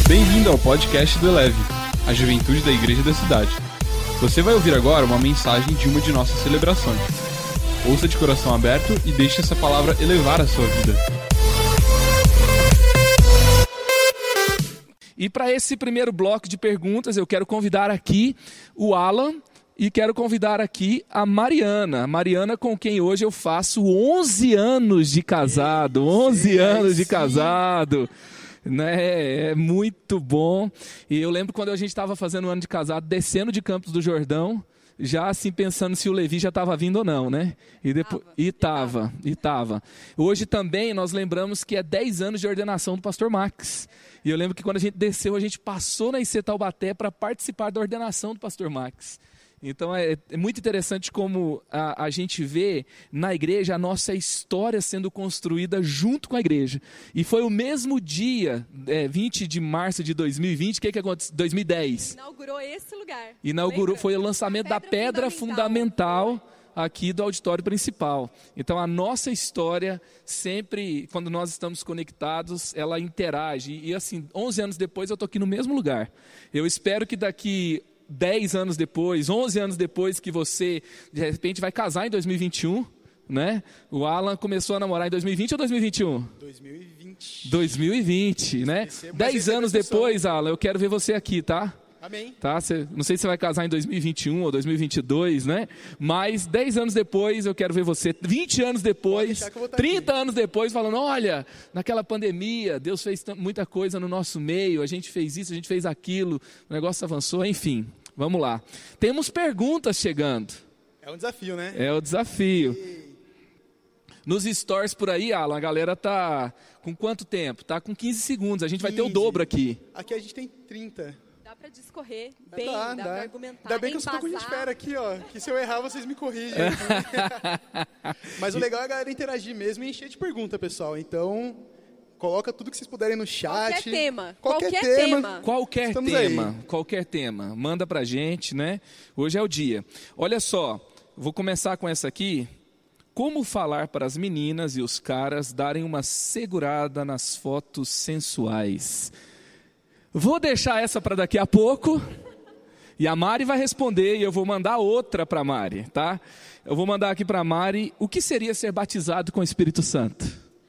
Bem-vindo ao podcast do Eleve, a juventude da igreja da cidade. Você vai ouvir agora uma mensagem de uma de nossas celebrações. Ouça de coração aberto e deixe essa palavra elevar a sua vida. E para esse primeiro bloco de perguntas, eu quero convidar aqui o Alan e quero convidar aqui a Mariana. A Mariana, com quem hoje eu faço 11 anos de casado. 11 anos de casado. Né? É muito bom. E eu lembro quando a gente estava fazendo um ano de casado, descendo de Campos do Jordão, já assim pensando se o Levi já estava vindo ou não, né? E tava. Hoje também nós lembramos que é 10 anos de ordenação do pastor Max. E eu lembro que quando a gente desceu, a gente passou na IC Taubaté para participar da ordenação do pastor Max. Então é muito interessante como a gente vê na igreja a nossa história sendo construída junto com a igreja. E foi o mesmo dia, 20 de março de 2020, o que aconteceu? 2010. Inaugurou esse lugar. Foi o lançamento da pedra fundamental aqui do auditório principal. Então a nossa história sempre, quando nós estamos conectados, ela interage. E assim, 11 anos depois eu estou aqui no mesmo lugar. Eu espero que daqui 10 anos depois, 11 anos depois, que você, de repente, vai casar em 2021, né? O Alan começou a namorar em 2020 ou 2021? 2020, né? 10 anos depois, Alan, eu quero ver você aqui, tá? Amém. Tá? Não sei se você vai casar em 2021 ou 2022, né? Mas 10 anos depois eu quero ver você, 20 anos depois, 30 anos depois, falando, olha, naquela pandemia, Deus fez muita coisa no nosso meio, a gente fez isso, a gente fez aquilo, o negócio avançou, enfim, vamos lá. Temos perguntas chegando. É um desafio, né? É o desafio. Nos stories por aí, Alan, a galera tá com quanto tempo? Tá com 15 segundos, a gente vai ter o dobro aqui. Aqui a gente tem 30. Dá pra discorrer bem, dá pra argumentar. Ainda bem que eu sou um pouco de espera aqui, ó. Que se eu errar, vocês me corrigem. Mas o legal é a galera interagir mesmo e encher de pergunta, pessoal. Então, coloca tudo que vocês puderem no chat. Qualquer tema. Manda pra gente, né? Hoje é o dia. Olha só, vou começar com essa aqui. Como falar para as meninas e os caras darem uma segurada nas fotos sensuais? Vou deixar essa para daqui a pouco, e a Mari vai responder, e eu vou mandar outra para a Mari, tá? Eu vou mandar aqui para a Mari, o que seria ser batizado com o Espírito Santo?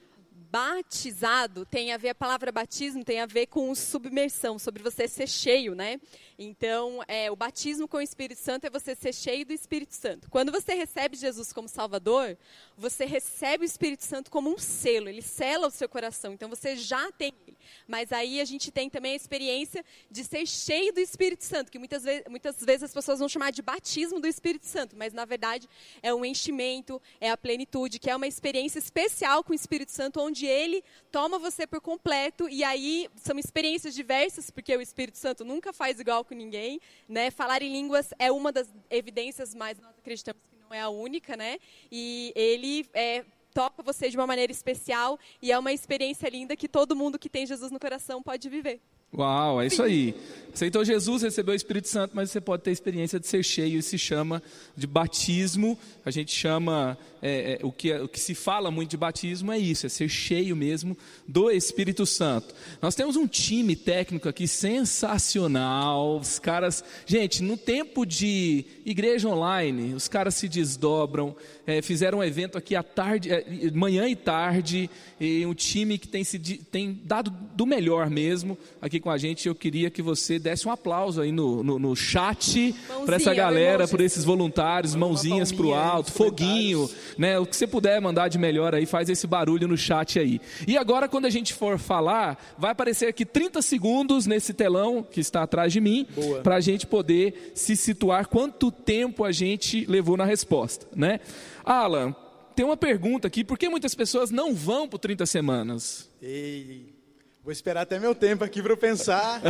Batizado tem a ver, a palavra batismo tem a ver com submersão, sobre você ser cheio, né? Então, o batismo com o Espírito Santo é você ser cheio do Espírito Santo. Quando você recebe Jesus como Salvador, você recebe o Espírito Santo como um selo, ele sela o seu coração, então você já tem ele. Mas aí a gente tem também a experiência de ser cheio do Espírito Santo, que muitas vezes as pessoas vão chamar de batismo do Espírito Santo, mas na verdade é um enchimento, é a plenitude, que é uma experiência especial com o Espírito Santo, onde ele toma você por completo, e aí são experiências diversas, porque o Espírito Santo nunca faz igual com ninguém, né? Falar em línguas é uma das evidências, mas nós acreditamos que não é a única, né? E ele toca você de uma maneira especial e é uma experiência linda que todo mundo que tem Jesus no coração pode viver. Uau, é isso aí. Aceitou Jesus, recebeu o Espírito Santo, mas você pode ter a experiência de ser cheio, e se chama de batismo. A gente chama, o que se fala muito de batismo é isso, é ser cheio mesmo do Espírito Santo. Nós temos um time técnico aqui sensacional, os caras, gente, no tempo de igreja online, os caras se desdobram, fizeram um evento aqui à tarde, manhã e tarde, e um time que tem dado do melhor mesmo aqui com a gente. Eu queria que você desse um aplauso aí no chat para essa galera, por esses voluntários, mãozinhas para o alto, foguinho, né? O que você puder mandar de melhor aí, faz esse barulho no chat aí. E agora, quando a gente for falar, vai aparecer aqui 30 segundos nesse telão que está atrás de mim, para a gente poder se situar quanto tempo a gente levou na resposta, né? Alan, tem uma pergunta aqui, por que muitas pessoas não vão por 30 semanas? Vou esperar até meu tempo aqui para eu pensar.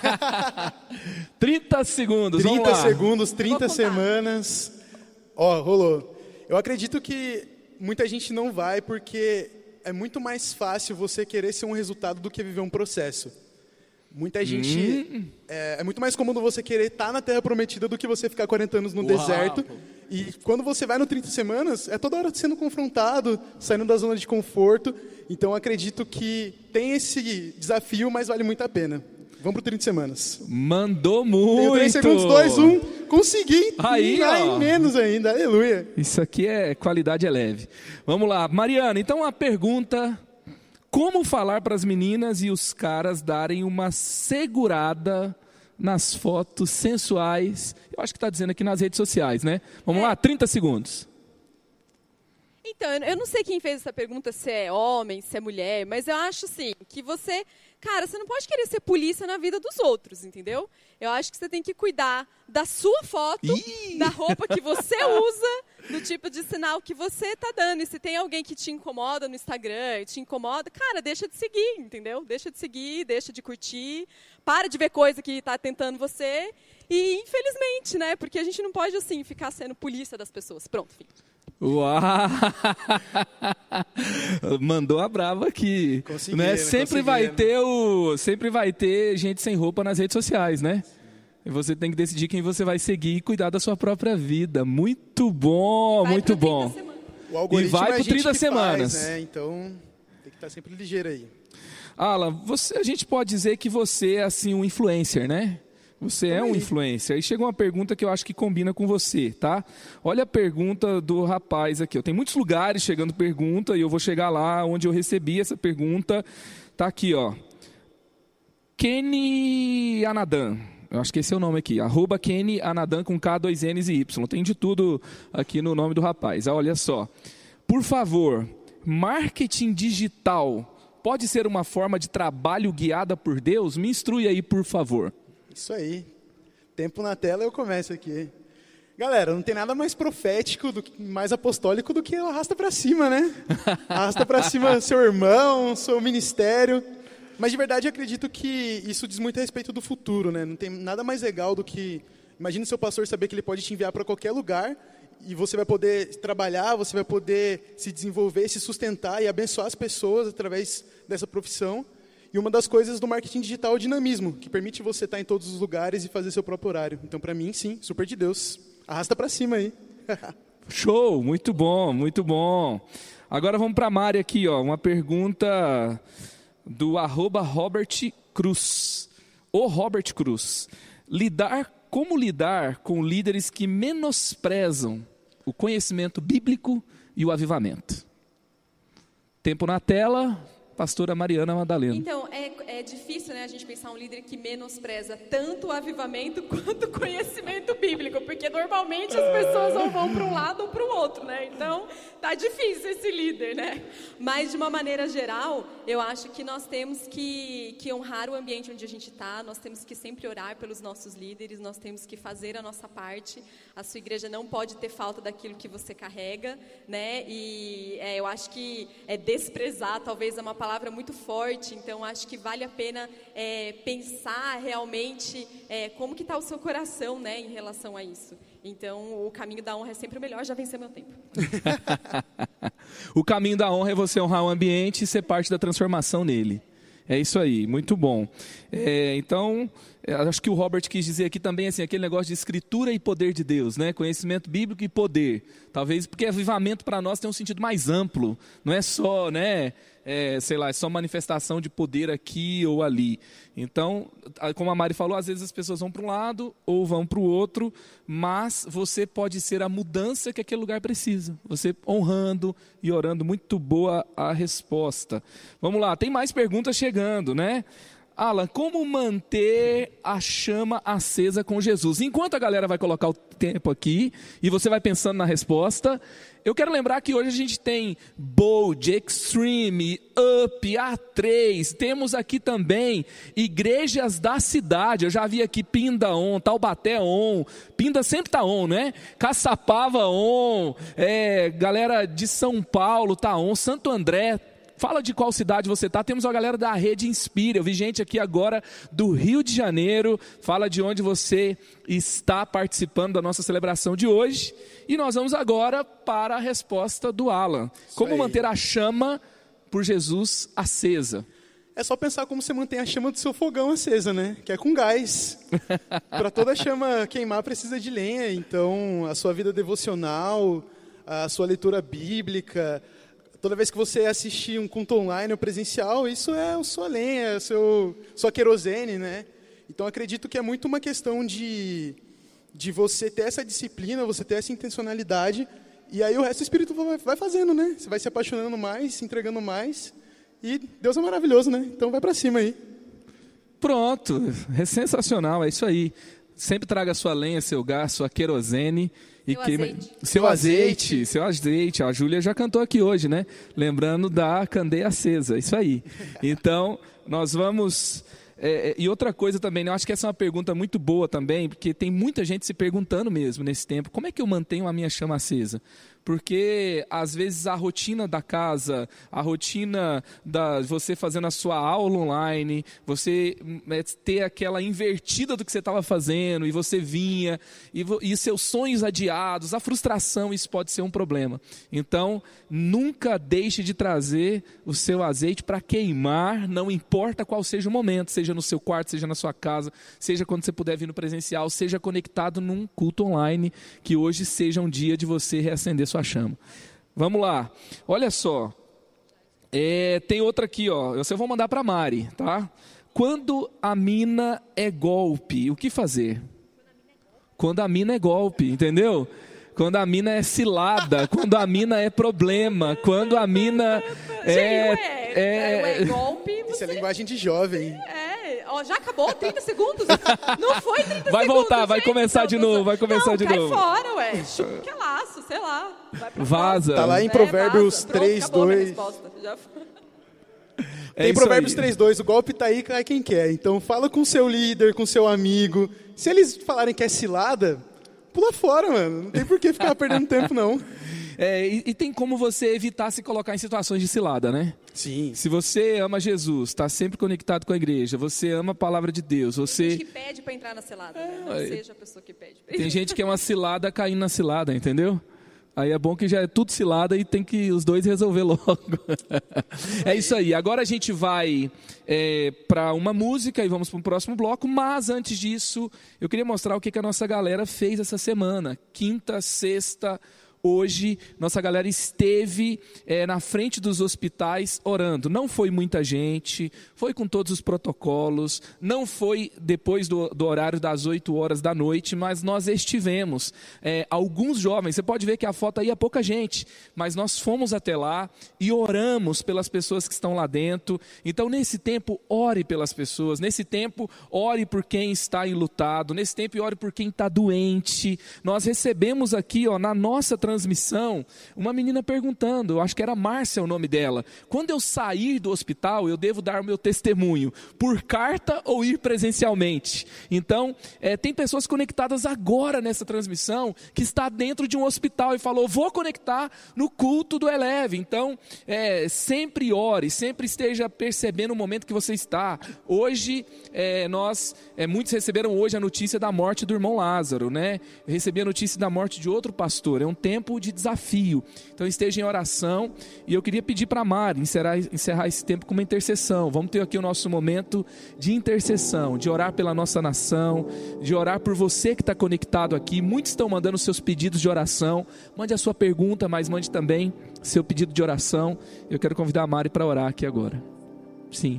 30 segundos, 30 segundos, 30 semanas. Rolou. Eu acredito que muita gente não vai porque é muito mais fácil você querer ser um resultado do que viver um processo. Muita gente... É muito mais cômodo você querer estar na Terra Prometida do que você ficar 40 anos no deserto. E quando você vai no 30 semanas, é toda hora sendo confrontado, saindo da zona de conforto. Então, acredito que tem esse desafio, mas vale muito a pena. Vamos pro 30 semanas. Mandou muito. Tenho 3 segundos, 2, 1. Consegui. Aí, ó. Em menos ainda. Aleluia. Isso aqui é qualidade é leve. Vamos lá, Mariana. Então a pergunta: como falar para as meninas e os caras darem uma segurada nas fotos sensuais? Eu acho que está dizendo aqui nas redes sociais, né? Vamos lá, 30 segundos. Então, eu não sei quem fez essa pergunta, se é homem, se é mulher, mas eu acho assim, que você, cara, você não pode querer ser polícia na vida dos outros, entendeu? Eu acho que você tem que cuidar da sua foto, da roupa que você usa, do tipo de sinal que você está dando. E se tem alguém que te incomoda no Instagram, te incomoda, cara, deixa de seguir, entendeu? Deixa de seguir, deixa de curtir, para de ver coisa que está tentando você. E, infelizmente, né, porque a gente não pode, assim, ficar sendo polícia das pessoas. Pronto, fim. Uau! Mandou a brava aqui. Consegui, né? Sempre vai ter gente sem roupa nas redes sociais, né? E você tem que decidir quem você vai seguir e cuidar da sua própria vida. Muito bom, muito bom. O algoritmo e vai por 30 semanas. Faz, né? Então, tem que estar sempre ligeiro aí. Alan, a gente pode dizer que você é assim um influencer, né? Você é um influencer. Aí chega uma pergunta que eu acho que combina com você, tá? Olha a pergunta do rapaz aqui. Tem muitos lugares chegando pergunta e eu vou chegar lá onde eu recebi essa pergunta. Tá aqui, ó. Kenny Anadan. Eu acho que esse é o nome aqui. @Kenny Anadan com K, 2 N's e Y. Tem de tudo aqui no nome do rapaz. Olha só. Por favor, marketing digital pode ser uma forma de trabalho guiada por Deus? Me instrui aí, por favor. Isso aí. Tempo na tela, eu começo aqui. Galera, não tem nada mais profético, mais apostólico do que arrasta pra cima, né? Arrasta pra cima seu irmão, seu ministério. Mas de verdade eu acredito que isso diz muito a respeito do futuro, né? Não tem nada mais legal do que... Imagina o seu pastor saber que ele pode te enviar para qualquer lugar e você vai poder trabalhar, você vai poder se desenvolver, se sustentar e abençoar as pessoas através dessa profissão. E uma das coisas do marketing digital é o dinamismo, que permite você estar em todos os lugares e fazer seu próprio horário. Então, para mim, sim, super de Deus. Arrasta para cima aí. Show, muito bom, muito bom. Agora vamos para a Mari aqui, ó, uma pergunta do @Robert Cruz. O Robert Cruz. Como lidar com líderes que menosprezam o conhecimento bíblico e o avivamento? Tempo na tela. Pastora Mariana Madalena. Então, é difícil, né, a gente pensar um líder que menospreza tanto o avivamento quanto o conhecimento bíblico, porque normalmente as pessoas ou vão para um lado ou para o outro, né? Então, tá difícil esse líder, né? Mas, de uma maneira geral, eu acho que nós temos que honrar o ambiente onde a gente está, nós temos que sempre orar pelos nossos líderes, nós temos que fazer a nossa parte. A sua igreja não pode ter falta daquilo que você carrega, né? E eu acho que desprezar talvez é uma palavra muito forte, então acho que vale a pena pensar realmente como que está o seu coração, né, em relação a isso. Então, o caminho da honra é sempre o melhor, já venceu meu tempo. O caminho da honra é você honrar o ambiente e ser parte da transformação nele. É isso aí, muito bom. Então, acho que o Robert quis dizer aqui também assim, aquele negócio de escritura e poder de Deus, né? Conhecimento bíblico e poder. Talvez porque avivamento para nós tem um sentido mais amplo, não é só, né? É só manifestação de poder aqui ou ali. Então, como a Mari falou, às vezes as pessoas vão para um lado ou vão para o outro, mas você pode ser a mudança que aquele lugar precisa. Você honrando e orando, muito boa a resposta. Vamos lá, tem mais perguntas chegando, né? Alan, como manter a chama acesa com Jesus? Enquanto a galera vai colocar o tempo aqui e você vai pensando na resposta, eu quero lembrar que hoje a gente tem Bold, Extreme, Up, A3, temos aqui também igrejas da cidade. Eu já vi aqui Pinda on, Taubaté on, Pinda sempre tá on, né? Caçapava on, galera de São Paulo tá on, Santo André. Fala de qual cidade você está. Temos a galera da Rede Inspira. Eu vi gente aqui agora do Rio de Janeiro. Fala de onde você está participando da nossa celebração de hoje. E nós vamos agora para a resposta do Alan. Como manter a chama por Jesus acesa? É só pensar como você mantém a chama do seu fogão acesa, né? Que é com gás. Para toda chama queimar precisa de lenha. Então, a sua vida devocional, a sua leitura bíblica... Toda vez que você assistir um culto online ou presencial, isso é a sua lenha, sua querosene, né? Então, acredito que é muito uma questão de você ter essa disciplina, você ter essa intencionalidade, e aí o resto do Espírito vai fazendo, né? Você vai se apaixonando mais, se entregando mais, e Deus é maravilhoso, né? Então vai para cima aí. Pronto, é sensacional, é isso aí. Sempre traga sua lenha, seu gás, sua querosene. E seu azeite. A Júlia já cantou aqui hoje, né? Lembrando da candeia acesa, isso aí. Então, nós vamos... e outra coisa também, né? Eu acho que essa é uma pergunta muito boa também, porque tem muita gente se perguntando mesmo nesse tempo, como é que eu mantenho a minha chama acesa? Porque, às vezes, a rotina da casa, a rotina da você fazendo a sua aula online, você ter aquela invertida do que você estava fazendo, e você vinha, e seus sonhos adiados, a frustração, isso pode ser um problema. Então, nunca deixe de trazer o seu azeite para queimar, não importa qual seja o momento, seja no seu quarto, seja na sua casa, seja quando você puder vir no presencial, seja conectado num culto online, que hoje seja um dia de você reacender sua chama. Vamos lá, olha só, tem outra aqui, ó. Eu vou mandar para a Mari, tá? Quando a mina é golpe, o que fazer? Quando a mina é golpe, entendeu? Quando a mina é cilada, quando a mina é problema, quando a mina é golpe. Isso é linguagem de jovem. Já acabou 30 segundos? Não foi 30 segundos. Vai voltar, vai começar de novo, vai começar de novo. Cai fora, ué. Que laço, sei lá. Vaza. Tá lá em Provérbios 3:2. Tem Provérbios 3:2, o golpe tá aí, cai quem quer. Então fala com seu líder, com seu amigo. Se eles falarem que é cilada, pula fora, mano. Não tem por que ficar perdendo tempo, não. E tem como você evitar se colocar em situações de cilada, né? Sim. Se você ama Jesus, está sempre conectado com a igreja, você ama a palavra de Deus, você... Tem gente que pede para entrar na cilada, né? Não seja a pessoa que pede. Tem gente que é uma cilada caindo na cilada, entendeu? Aí é bom que já é tudo cilada e tem que os dois resolver logo. É isso aí. Agora a gente vai para uma música e vamos para o próximo bloco. Mas antes disso, eu queria mostrar o que a nossa galera fez essa semana. Quinta, sexta... Hoje, nossa galera esteve na frente dos hospitais orando. Não foi muita gente, foi com todos os protocolos, não foi depois do horário das 8 horas da noite, mas nós estivemos. Alguns jovens, você pode ver que a foto aí é pouca gente, mas nós fomos até lá e oramos pelas pessoas que estão lá dentro. Então, nesse tempo, ore pelas pessoas. Nesse tempo, ore por quem está enlutado. Nesse tempo, ore por quem está doente. Nós recebemos aqui, na nossa transmissão, uma menina perguntando, eu acho que era Márcia o nome dela, quando eu sair do hospital, eu devo dar o meu testemunho, por carta ou ir presencialmente? Então, tem pessoas conectadas agora nessa transmissão, que está dentro de um hospital e falou, vou conectar no culto do Eleve. Então, sempre ore, sempre esteja percebendo o momento que você está. Hoje, muitos receberam hoje a notícia da morte do irmão Lázaro, né? Eu recebi a notícia da morte de outro pastor, é um tempo de desafio, então esteja em oração. E eu queria pedir para a Mari encerrar esse tempo com uma intercessão. Vamos ter aqui o nosso momento de intercessão, de orar pela nossa nação, de orar por você que está conectado aqui. Muitos estão mandando seus pedidos de oração. Mande a sua pergunta, mas mande também seu pedido de oração. Eu quero convidar a Mari para orar aqui agora. Sim,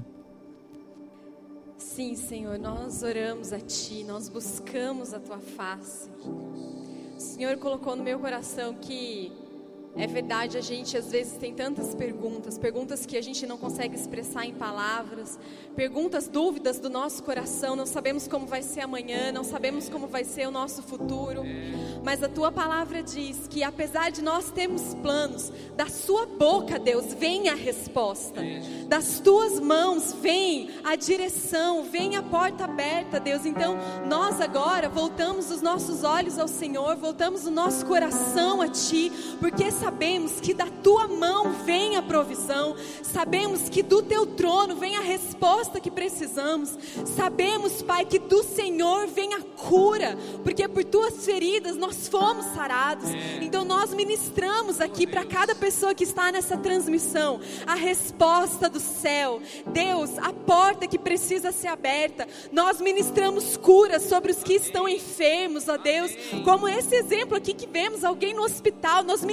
Senhor, nós oramos a Ti, nós buscamos a Tua face. O Senhor colocou no meu coração que é verdade, a gente às vezes tem tantas perguntas que a gente não consegue expressar em palavras, dúvidas do nosso coração, não sabemos como vai ser amanhã, não sabemos como vai ser o nosso futuro, mas a Tua palavra diz que apesar de nós termos planos, da Sua boca, Deus, vem a resposta, das Tuas mãos vem a direção, vem a porta aberta, Deus. Então nós agora voltamos os nossos olhos ao Senhor, voltamos o nosso coração a Ti, porque sabemos que da Tua mão vem a provisão, sabemos que do Teu trono vem a resposta que precisamos, sabemos, Pai, que do Senhor vem a cura, porque por Tuas feridas nós fomos sarados. Então nós ministramos aqui para cada pessoa que está nessa transmissão a resposta do céu, Deus, a porta que precisa ser aberta. Nós ministramos cura sobre os que estão enfermos, ó Deus, como esse exemplo aqui que vemos alguém no hospital, nós ministramos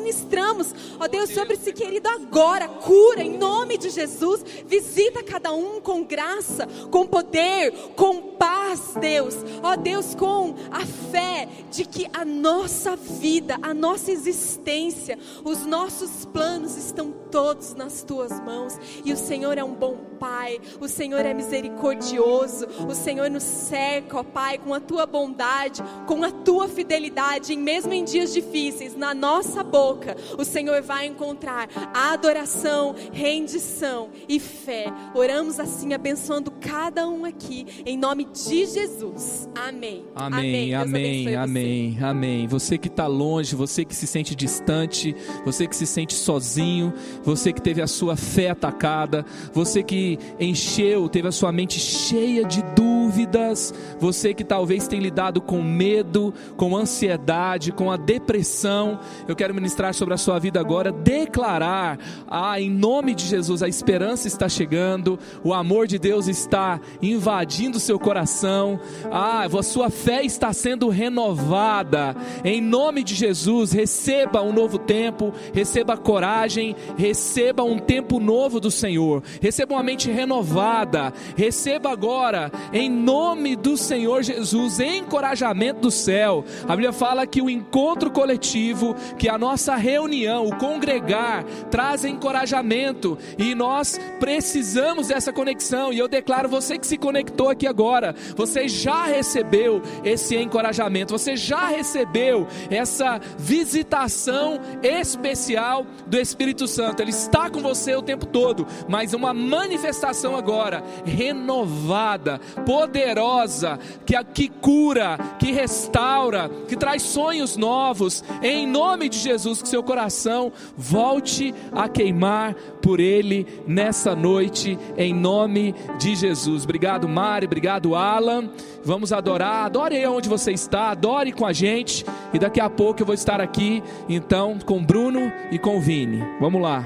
declaramos, ó Deus, sobre esse querido agora, cura em nome de Jesus. Visita cada um com graça, com poder, com paz, Deus. Ó Deus, com a fé de que a nossa vida, a nossa existência, os nossos planos estão todos nas tuas mãos. E o Senhor é um bom Pai, o Senhor é misericordioso, o Senhor nos cerca, ó Pai, com a tua bondade, com a tua fidelidade, e mesmo em dias difíceis, na nossa boca, o Senhor vai encontrar adoração, rendição e fé. Oramos assim, abençoando cada um aqui, em nome de Jesus. Amém. Amém, amém, amém, amém. Você que está longe, você que se sente distante, você que se sente sozinho, você que teve a sua fé atacada, você que teve a sua mente cheia de dúvidas, você que talvez tenha lidado com medo, com ansiedade, com a depressão, eu quero ministrar sobre a sua vida agora, declarar, em nome de Jesus, a esperança está chegando, o amor de Deus está invadindo o seu coração, a sua fé está sendo renovada, em nome de Jesus. Receba um novo tempo, receba coragem, receba um tempo novo do Senhor, receba uma mente renovada, receba agora, em nome do Senhor Jesus, encorajamento do céu. A Bíblia fala que o encontro coletivo, que a nossa reunião, o congregar, traz encorajamento, e nós precisamos dessa conexão, e eu declaro, você que se conectou aqui agora, você já recebeu esse encorajamento, você já recebeu essa visitação especial do Espírito Santo. Ele está com você o tempo todo, mas uma manifestação agora, renovada, poderosa, que cura, que restaura, que traz sonhos novos, em nome de Jesus. Que seu coração volte a queimar por Ele nessa noite, em nome de Jesus. Obrigado, Mari, obrigado, Alan. Vamos adorar, adore aí onde você está, adore com a gente, e daqui a pouco eu vou estar aqui, então, com Bruno e com Vini. Vamos lá.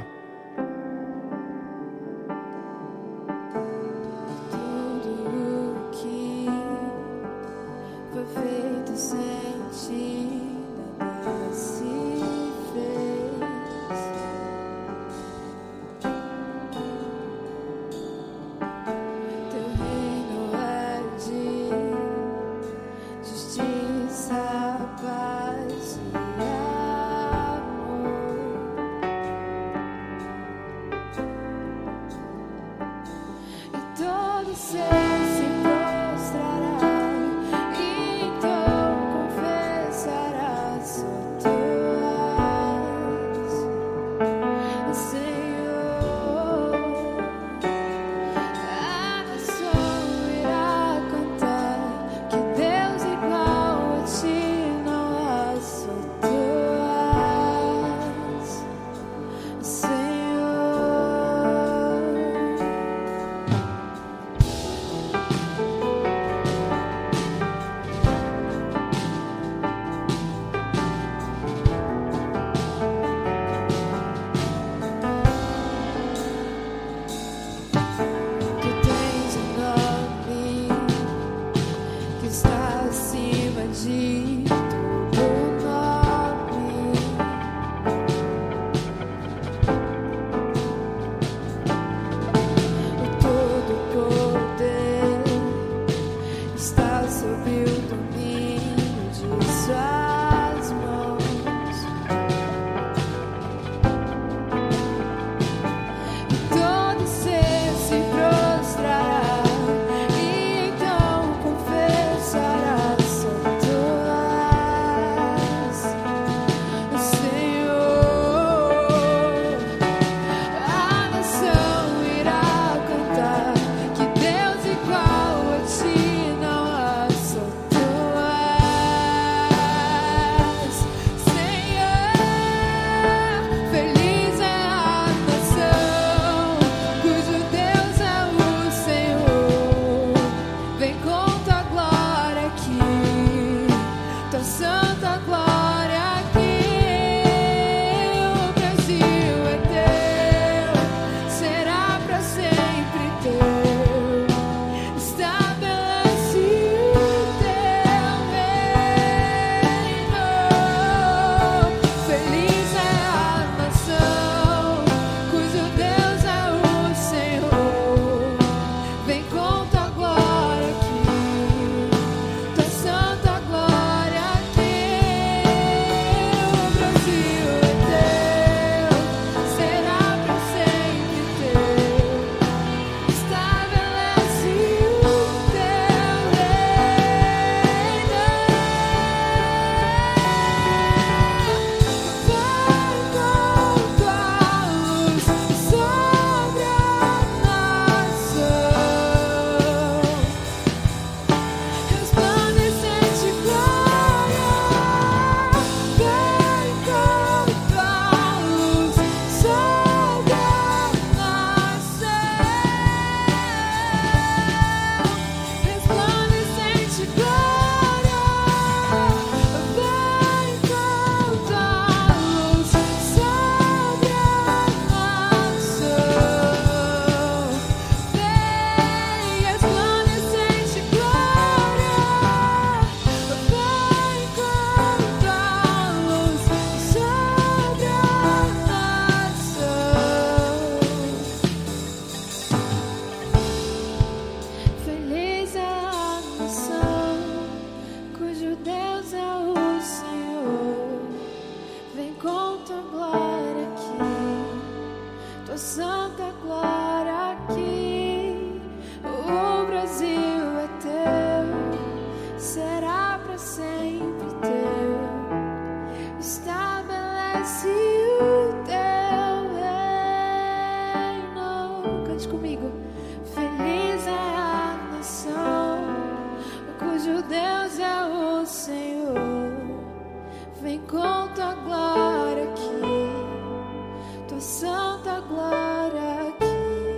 Senhor, vem com tua glória aqui, tua santa glória aqui.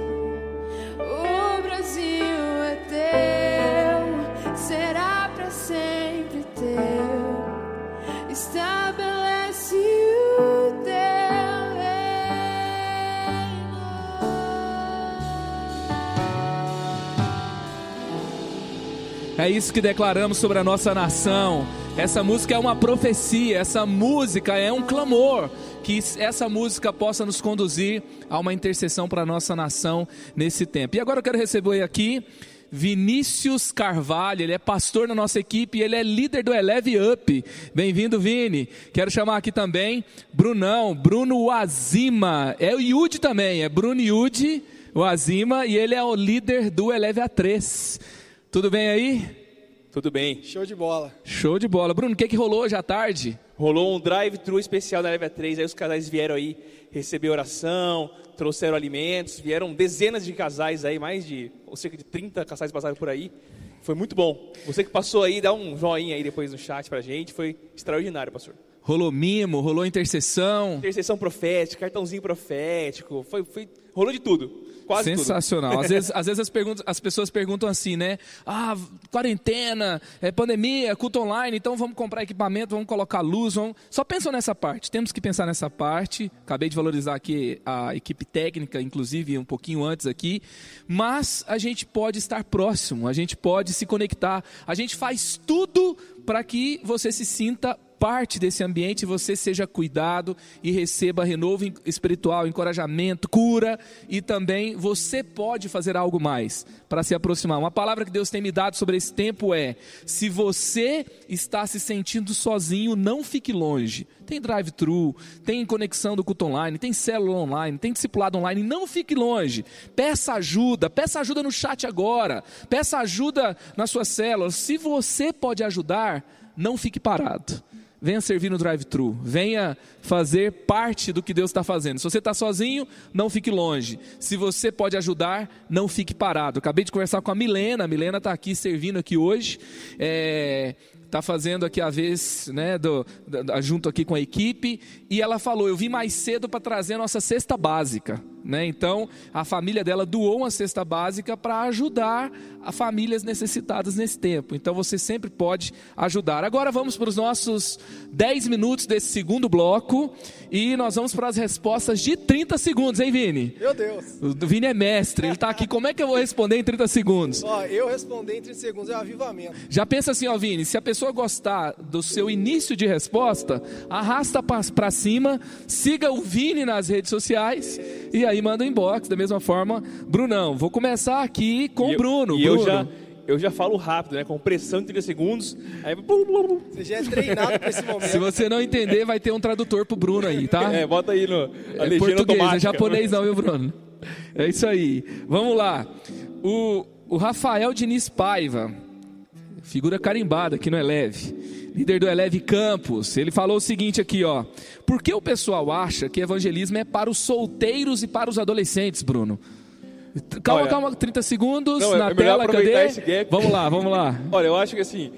O Brasil é teu, será pra sempre teu. Estabelece o teu reino. É isso que declaramos sobre a nossa nação. Essa música é uma profecia, essa música é um clamor. Que essa música possa nos conduzir a uma intercessão para a nossa nação nesse tempo. E agora eu quero receber aqui Vinícius Carvalho, ele é pastor na nossa equipe, ele é líder do Eleve Up. Bem-vindo, Vini. Quero chamar aqui também Bruno Wazima, é o Yudi também, é Bruno Yudi Wazima, e ele é o líder do Eleve A3. Tudo bem aí? Tudo bem. Show de bola. Show de bola. Bruno, o que rolou hoje à tarde? Rolou um drive-thru especial da Eleve A3, aí os casais vieram aí receber oração, trouxeram alimentos, vieram dezenas de casais aí, cerca de 30 casais passaram por aí. Foi muito bom. Você que passou aí, dá um joinha aí depois no chat pra gente, foi extraordinário, pastor. Rolou mimo, rolou intercessão. Intercessão profética, cartãozinho profético, rolou de tudo. Quase sensacional. Tudo. Às vezes as pessoas perguntam assim, né? Quarentena, pandemia, culto online, então vamos comprar equipamento, vamos colocar luz, Só pensam nessa parte, temos que pensar nessa parte. Acabei de valorizar aqui a equipe técnica, inclusive um pouquinho antes aqui. Mas a gente pode estar próximo, a gente pode se conectar, a gente faz tudo para que você se sinta parte desse ambiente, você seja cuidado e receba renovo espiritual, encorajamento, cura, e também você pode fazer algo mais para se aproximar. Uma palavra que Deus tem me dado sobre esse tempo é: se você está se sentindo sozinho, não fique longe. Tem drive-thru, tem conexão do culto online, tem célula online, tem discipulado online, não fique longe. Peça ajuda no chat agora, peça ajuda na sua célula. Se você pode ajudar, não fique parado. Venha servir no drive-thru, venha fazer parte do que Deus está fazendo. Se você está sozinho, não fique longe. Se você pode ajudar, não fique parado. Acabei de conversar com a Milena está aqui servindo aqui hoje. Está fazendo aqui a vez, né, junto aqui com a equipe, e ela falou: eu vim mais cedo para trazer a nossa cesta básica, né? Então a família dela doou uma cesta básica para ajudar a famílias necessitadas nesse tempo. Então você sempre pode ajudar. Agora vamos para os nossos 10 minutos desse segundo bloco, e nós vamos para as respostas de 30 segundos, hein, Vini? Meu Deus. O Vini é mestre, ele está aqui. Como é que eu vou responder em 30 segundos? Eu responder em 30 segundos é um avivamento. Já pensa assim, Vini, se a pessoa gostar do seu início de resposta, arrasta para cima, siga o Vini nas redes sociais e aí manda um inbox. Da mesma forma, Brunão, vou começar aqui com o Bruno. Eu já falo rápido, né? Com pressão de 30 segundos. Aí... Você já é treinado para esse momento. Se você não entender, vai ter um tradutor pro Bruno aí, tá? Bota aí no português, automática. É japonês não, viu, Bruno? É isso aí. Vamos lá. O Rafael Diniz Paiva, figura carimbada aqui no Eleve, líder do Eleve Campus, ele falou o seguinte aqui, ó: por que o pessoal acha que evangelismo é para os solteiros e para os adolescentes, Bruno? Calma, 30 segundos na tela, cadê? Vamos lá. Olha, eu acho que assim,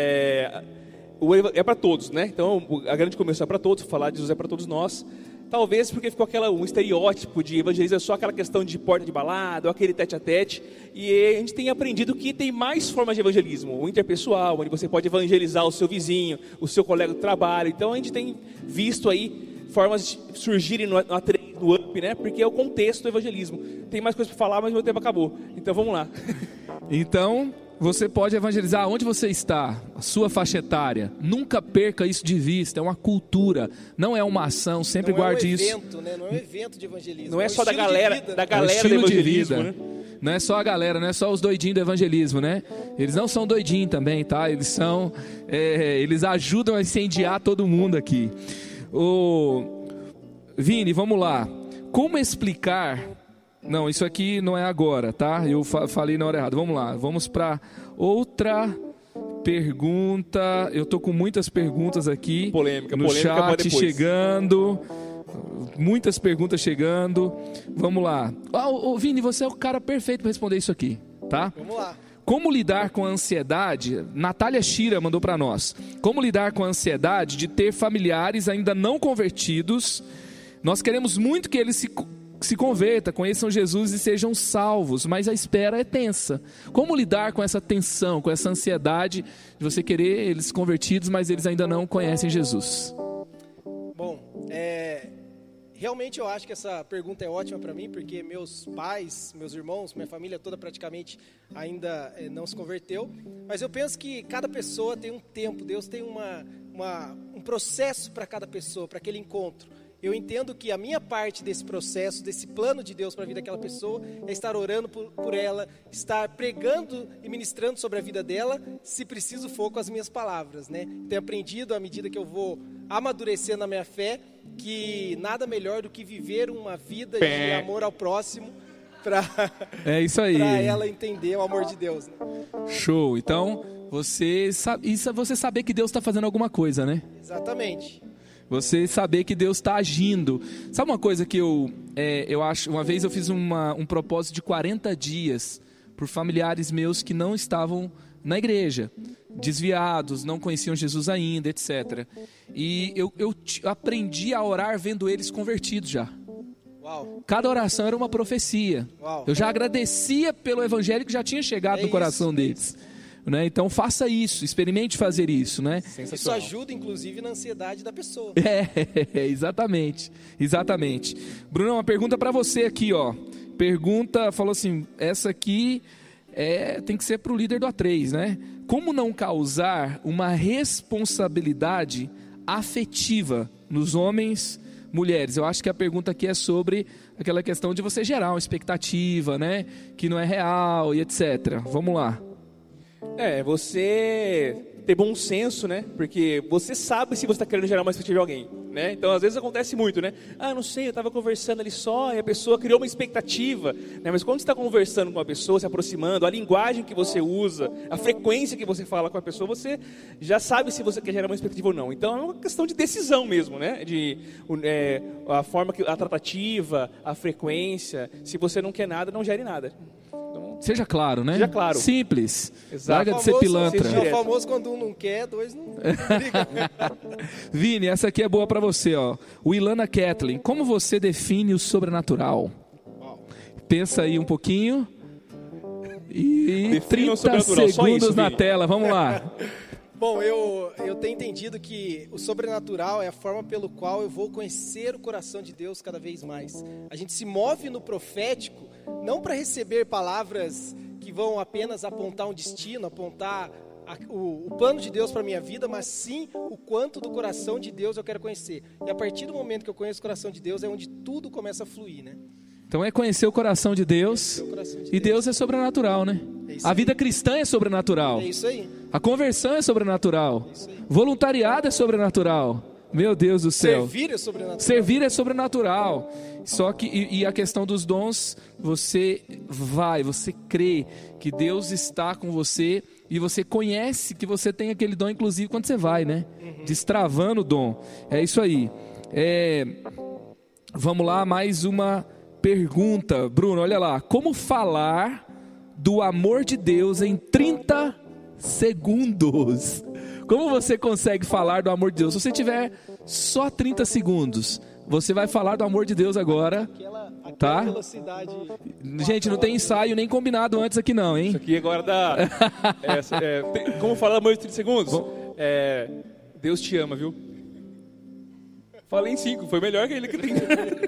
é para todos, né? Então, a grande comissão é para todos, falar de Jesus é para todos nós. Talvez porque ficou um estereótipo de evangelismo, é só aquela questão de porta de balada, ou aquele tete-a-tete, e a gente tem aprendido que tem mais formas de evangelismo, o interpessoal, onde você pode evangelizar o seu vizinho, o seu colega do trabalho. Então a gente tem visto aí formas de surgirem no Up, né? Porque é o contexto do evangelismo. Tem mais coisa para falar, mas meu tempo acabou. Então vamos lá. Então, você pode evangelizar onde você está, a sua faixa etária. Nunca perca isso de vista, é uma cultura, não é uma ação, sempre guarde isso. Né? Não é um evento de evangelismo. Não é só da galera do evangelismo, né? Não é só a galera, não é só os doidinhos do evangelismo, né? Eles não são doidinhos também, tá? Eles ajudam a incendiar todo mundo aqui. Vini, vamos lá. Como explicar... Não, isso aqui não é agora, tá? Eu falei na hora errada. Vamos lá, vamos para outra pergunta. Eu tô com muitas perguntas aqui no chat chegando. Muitas perguntas chegando. Vamos lá. Vini, você é o cara perfeito para responder isso aqui, tá? Vamos lá. como lidar com a ansiedade? Natália Shira mandou para nós. Como lidar com a ansiedade de ter familiares ainda não convertidos? Nós queremos muito que eles se convertam, conheçam Jesus e sejam salvos, mas a espera é tensa. Como lidar com essa tensão, com essa ansiedade de você querer eles convertidos, mas eles ainda não conhecem Jesus? Bom, realmente eu acho que essa pergunta é ótima para mim, porque meus pais, meus irmãos, minha família toda praticamente ainda não se converteu. Mas eu penso que cada pessoa tem um tempo, Deus tem um processo para cada pessoa, para aquele encontro. Eu entendo que a minha parte desse processo, desse plano de Deus para a vida daquela pessoa, é estar orando por ela, estar pregando e ministrando sobre a vida dela, se preciso for com as minhas palavras, né? Tenho aprendido, à medida que eu vou amadurecendo na minha fé, que nada melhor do que viver uma vida de amor ao próximo, é isso aí. Para ela entender o amor de Deus, né? Show. Então, você saber que Deus está fazendo alguma coisa, né? Exatamente. Você saber que Deus está agindo. Sabe uma coisa que eu acho? Uma vez eu fiz um propósito de 40 dias por familiares meus que não estavam na igreja, desviados, não conheciam Jesus ainda, etc. E eu aprendi a orar vendo eles convertidos já. Uau. Cada oração era uma profecia. Uau. Eu já agradecia pelo evergelho que já tinha chegado no coração deles. Né? Então faça isso, experimente fazer isso, né? Isso ajuda inclusive na ansiedade da pessoa. Exatamente. Bruno, uma pergunta para você aqui, ó. Pergunta, falou assim, essa aqui tem que ser para o líder do A3, né? Como não causar uma responsabilidade afetiva nos homens, mulheres? Eu acho que a pergunta aqui é sobre aquela questão de você gerar uma expectativa, né? Que não é real e etc. Vamos lá. Você ter bom senso, né? Porque você sabe se você está querendo gerar uma expectativa de alguém, né? Então, às vezes acontece muito, né? Não sei, eu estava conversando ali só e a pessoa criou uma expectativa, né? Mas quando você está conversando com uma pessoa, se aproximando, a linguagem que você usa, a frequência que você fala com a pessoa, você já sabe se você quer gerar uma expectativa ou não. Então, é uma questão de decisão mesmo, né? A forma, a tratativa, a frequência. Se você não quer nada, não gere nada. Seja claro, né? Seja claro. Simples. Exato. Larga de ser pilantra. É o famoso quando um não quer, dois não briga. Vini, essa aqui é boa pra você, ó. O Ilana Kathleen, como você define o sobrenatural? Pensa aí um pouquinho. E 30 segundos na tela, vamos lá. Bom, eu tenho entendido que o sobrenatural é a forma pelo qual eu vou conhecer o coração de Deus cada vez mais. A gente se move no profético, não para receber palavras que vão apenas apontar um destino, apontar o plano de Deus para a minha vida, mas sim o quanto do coração de Deus eu quero conhecer. E a partir do momento que eu conheço o coração de Deus é onde tudo começa a fluir, né? Então é conhecer o coração de Deus, e Deus é sobrenatural, né? A vida cristã é sobrenatural. É isso aí. A conversão é sobrenatural. Voluntariado é sobrenatural. Meu Deus do céu. Servir é sobrenatural. Servir é sobrenatural. Só que, e a questão dos dons, você crê que Deus está com você e você conhece que você tem aquele dom, inclusive quando você vai, né? Destravando o dom. É isso aí. Vamos lá, mais uma pergunta. Bruno, olha lá. Como falar do amor de Deus em 30 segundos? Como você consegue falar do amor de Deus? Se você tiver só 30 segundos, você vai falar do amor de Deus agora, tá? Velocidade. Gente, não tem ensaio nem combinado antes aqui não, hein? Isso aqui agora dá... como falar do amor de 30 segundos? Deus te ama, viu? Falei em 5, foi melhor que ele que tem.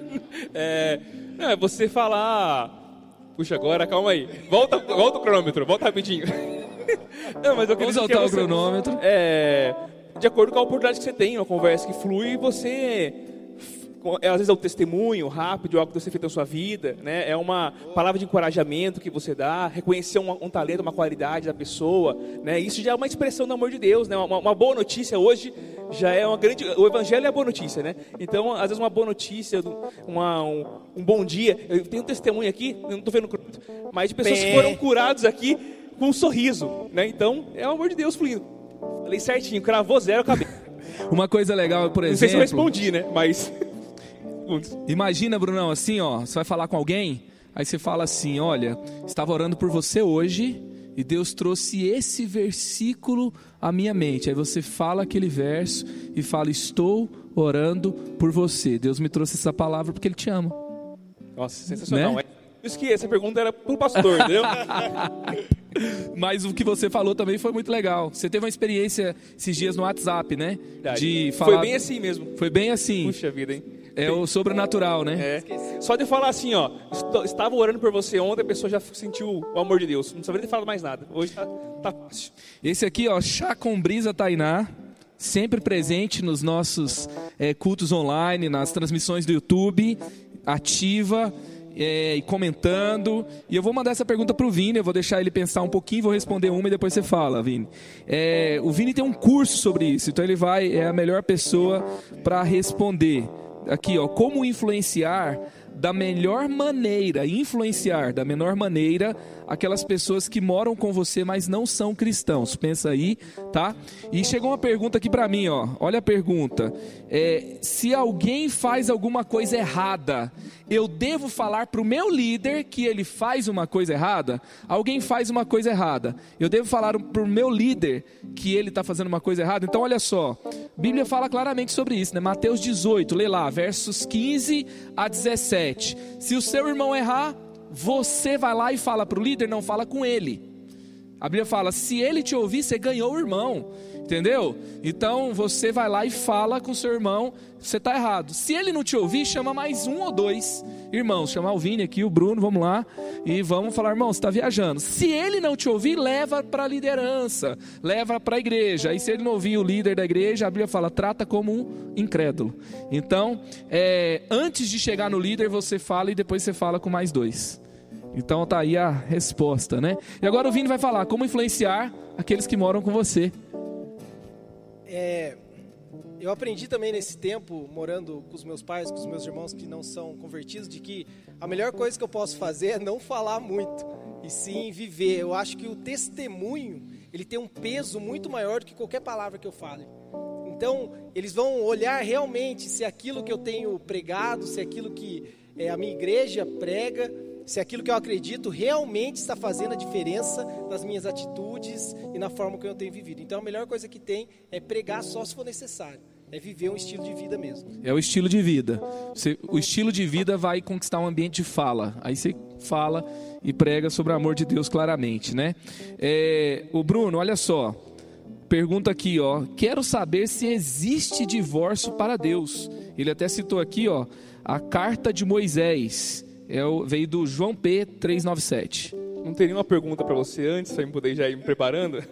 Você falar... Puxa, agora, calma aí. Volta o cronômetro, volta rapidinho. Não, mas eu queria Vamos soltar o cronômetro. De acordo com a oportunidade que você tem, uma conversa que flui, você... Às vezes é um testemunho rápido, algo que você fez na sua vida, né? É uma palavra de encorajamento que você dá, reconhecer um talento, uma qualidade da pessoa, né? Isso já é uma expressão do amor de Deus, né? Uma boa notícia hoje já é uma grande... O evangelho é a boa notícia, né? Então, às vezes uma boa notícia, um bom dia. Eu tenho um testemunho aqui, eu não estou vendo, mas de pessoas que foram curadas aqui com um sorriso, né? Então, é o amor de Deus fluindo. Falei certinho, cravou 0, acabei. Uma coisa legal, por exemplo... Não sei se eu respondi, né? Mas... Imagina, Brunão, assim, ó, você vai falar com alguém, aí você fala assim, olha, estava orando por você hoje e Deus trouxe esse versículo à minha mente. Aí você fala aquele verso e fala: estou orando por você. Deus me trouxe essa palavra porque Ele te ama. Nossa, sensacional. Né? É por isso que essa pergunta era para o pastor, entendeu? Mas o que você falou também foi muito legal. Você teve uma experiência esses dias no WhatsApp, né? Verdade. De falar... Foi bem assim mesmo. Foi bem assim. Puxa vida, hein? É o sobrenatural, né? É. Só de falar assim, ó, estava orando por você ontem, a pessoa já sentiu o amor de Deus. Não precisa nem falar mais nada. Hoje tá fácil. Esse aqui, ó, Chá com Brisa Tainá, sempre presente nos nossos cultos online, nas transmissões do YouTube, ativa e comentando. E eu vou mandar essa pergunta pro Vini, eu vou deixar ele pensar um pouquinho, vou responder uma e depois você fala, Vini. O Vini tem um curso sobre isso, então ele é a melhor pessoa para responder. Aqui, ó, como influenciar da melhor maneira aquelas pessoas que moram com você, mas não são cristãos. Pensa aí, tá? E chegou uma pergunta aqui pra mim, ó. Olha a pergunta. Se alguém faz alguma coisa errada, eu devo falar pro meu líder que ele faz uma coisa errada? Alguém faz uma coisa errada, eu devo falar pro meu líder que ele está fazendo uma coisa errada? Então olha só, a Bíblia fala claramente sobre isso, né? Mateus 18, lê lá, versos 15 a 17. Se o seu irmão errar, você vai lá e fala para o líder, não fala com ele. A Bíblia fala, se ele te ouvir, você ganhou o irmão, entendeu? Então você vai lá e fala com o seu irmão, você está errado. Se ele não te ouvir, chama mais um ou dois irmãos, chamar o Vini aqui, o Bruno, vamos lá, e vamos falar: irmão, você está viajando. Se ele não te ouvir, leva para a liderança, leva para a igreja. Aí se ele não ouvir o líder da igreja, a Bíblia fala, trata como um incrédulo. Então, antes de chegar no líder, você fala e depois você fala com mais dois. Então tá aí a resposta, né? E agora o Vini vai falar como influenciar aqueles que moram com você. Eu aprendi também nesse tempo, morando com os meus pais, com os meus irmãos que não são convertidos, de que a melhor coisa que eu posso fazer é não falar muito, e sim viver. Eu acho que o testemunho, ele tem um peso muito maior do que qualquer palavra que eu fale. Então, eles vão olhar realmente se aquilo que eu tenho pregado, se aquilo que a minha igreja prega, se aquilo que eu acredito realmente está fazendo a diferença nas minhas atitudes e na forma que eu tenho vivido. Então a melhor coisa que tem é pregar só se for necessário, é viver um estilo de vida mesmo. É o estilo de vida. O estilo de vida vai conquistar um ambiente de fala. Aí você fala e prega sobre o amor de Deus claramente, né? O Bruno, olha só, pergunta aqui, ó, quero saber se existe divórcio para Deus. Ele até citou aqui, ó, a carta de Moisés. Veio do João P. 397. Não tem nenhuma pergunta para você antes, para eu poder já ir me preparando?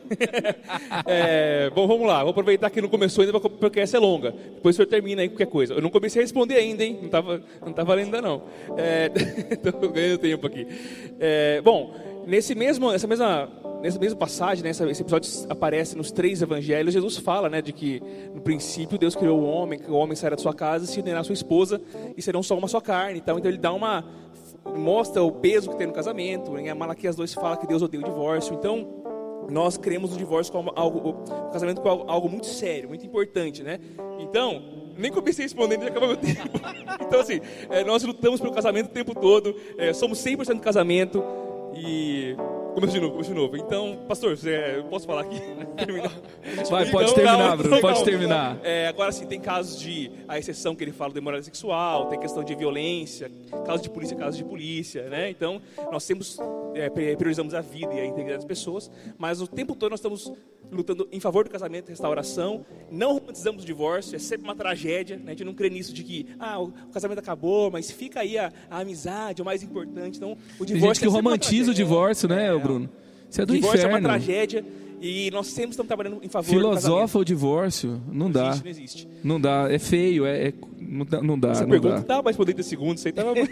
Bom, vamos lá. Vou aproveitar que não começou ainda, porque essa é longa. Depois o senhor termina aí qualquer coisa. Eu não comecei a responder ainda, hein? Não tá valendo ainda, não. Estou ganhando tempo aqui. Bom, nessa mesma passagem, né, esse episódio aparece nos 3 evangelhos. Jesus fala, né, de que no princípio Deus criou o homem, que o homem sairá da sua casa, se unirá à sua esposa e serão só uma só carne. Então ele dá mostra o peso que tem no casamento. Em Malaquias 2 fala que Deus odeia o divórcio. Então nós cremos no divórcio como o casamento como algo muito sério, muito importante, né? Então nem comecei respondendo e já acabou meu tempo. Então assim, nós lutamos pelo casamento o tempo todo, somos 100% do casamento. E começo de novo. Então, pastor, eu posso falar aqui? Vai, pode terminar, Bruno, pode terminar. Agora sim, tem casos a exceção que ele fala de imoralidade sexual, tem questão de violência, casos de polícia, né? Então, nós priorizamos a vida e a integridade das pessoas, mas o tempo todo nós estamos lutando em favor do casamento e restauração, não romantizamos o divórcio, é sempre uma tragédia, né? A gente não crê nisso de que o casamento acabou, mas fica aí a amizade, é o mais importante. Então, o divórcio tem gente que romantiza o divórcio, né, Bruno? Isso é do divórcio inferno. É uma tragédia e nós sempre estamos trabalhando em favor do casamento. Filosofa o divórcio? Não dá. Não existe. Não dá, é feio, não dá. Essa pergunta dá mais poder de segundos, isso aí tava...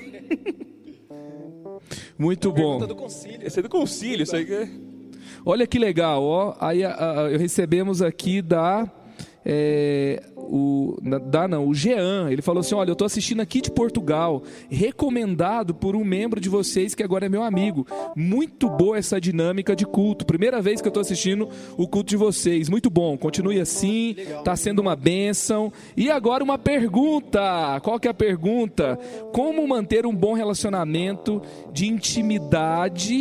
Muito bom. Do concílio. Esse é do concílio, isso aí que é... Olha que legal, ó. Aí recebemos aqui o Jean, ele falou assim: olha, eu estou assistindo aqui de Portugal, recomendado por um membro de vocês que agora é meu amigo. Muito boa essa dinâmica de culto, primeira vez que eu estou assistindo o culto de vocês, muito bom, continue assim, está sendo uma bênção. E agora uma pergunta, qual que é a pergunta? Como manter um bom relacionamento de intimidade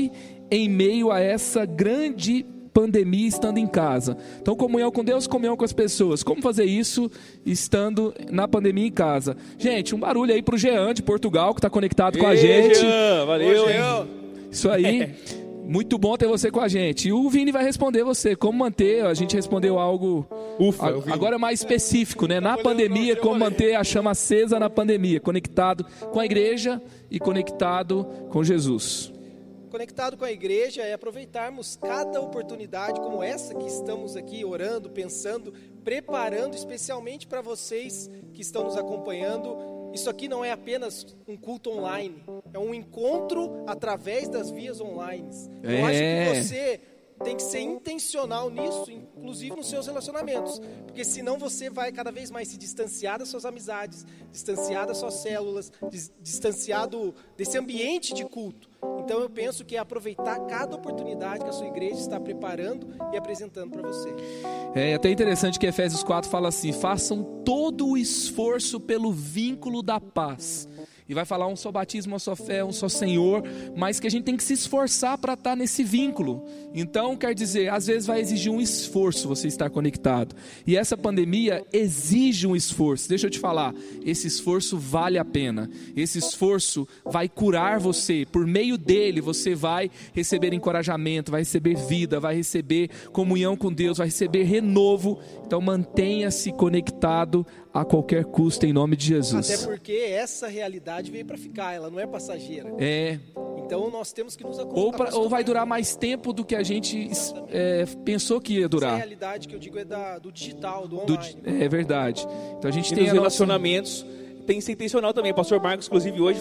em meio a essa grande pandemia, estando em casa. Então, comunhão com Deus, comunhão com as pessoas. Como fazer isso estando na pandemia em casa? Gente, um barulho aí pro Jean de Portugal, que está conectado com a gente. Jean, valeu, hein? Isso aí. Muito bom ter você com a gente. E o Vini vai responder você. Como manter, a gente respondeu algo agora é mais específico, né? Na pandemia, como manter a chama acesa na pandemia, conectado com a igreja e conectado com Jesus. Conectado com a igreja é aproveitarmos cada oportunidade como essa que estamos aqui orando, pensando, preparando especialmente para vocês que estão nos acompanhando. Isso aqui não é apenas um culto online, é um encontro através das vias online. Eu acho que você tem que ser intencional nisso, inclusive nos seus relacionamentos, porque senão você vai cada vez mais se distanciar das suas amizades, distanciar das suas células, distanciar desse ambiente de culto. Então eu penso que é aproveitar cada oportunidade que a sua igreja está preparando e apresentando para você. É até interessante que Efésios 4 fala assim: façam todo o esforço pelo vínculo da paz. E vai falar um só batismo, uma só fé, um só Senhor, mas que a gente tem que se esforçar para estar nesse vínculo. Então, quer dizer, às vezes vai exigir um esforço você estar conectado. E essa pandemia exige um esforço. Deixa eu te falar, esse esforço vale a pena. Esse esforço vai curar você. Por meio dele, você vai receber encorajamento, vai receber vida, vai receber comunhão com Deus, vai receber renovo. Então, mantenha-se conectado a qualquer custo, em nome de Jesus. Até porque essa realidade veio para ficar, ela não é passageira. Então nós temos que nos acostumar. Ou vai durar mais tempo do que a gente pensou que ia durar. Essa realidade que eu digo é do digital, do online. É verdade. Então a gente tem os relacionamentos. Tem que ser intencional também. O pastor Marcos, inclusive, hoje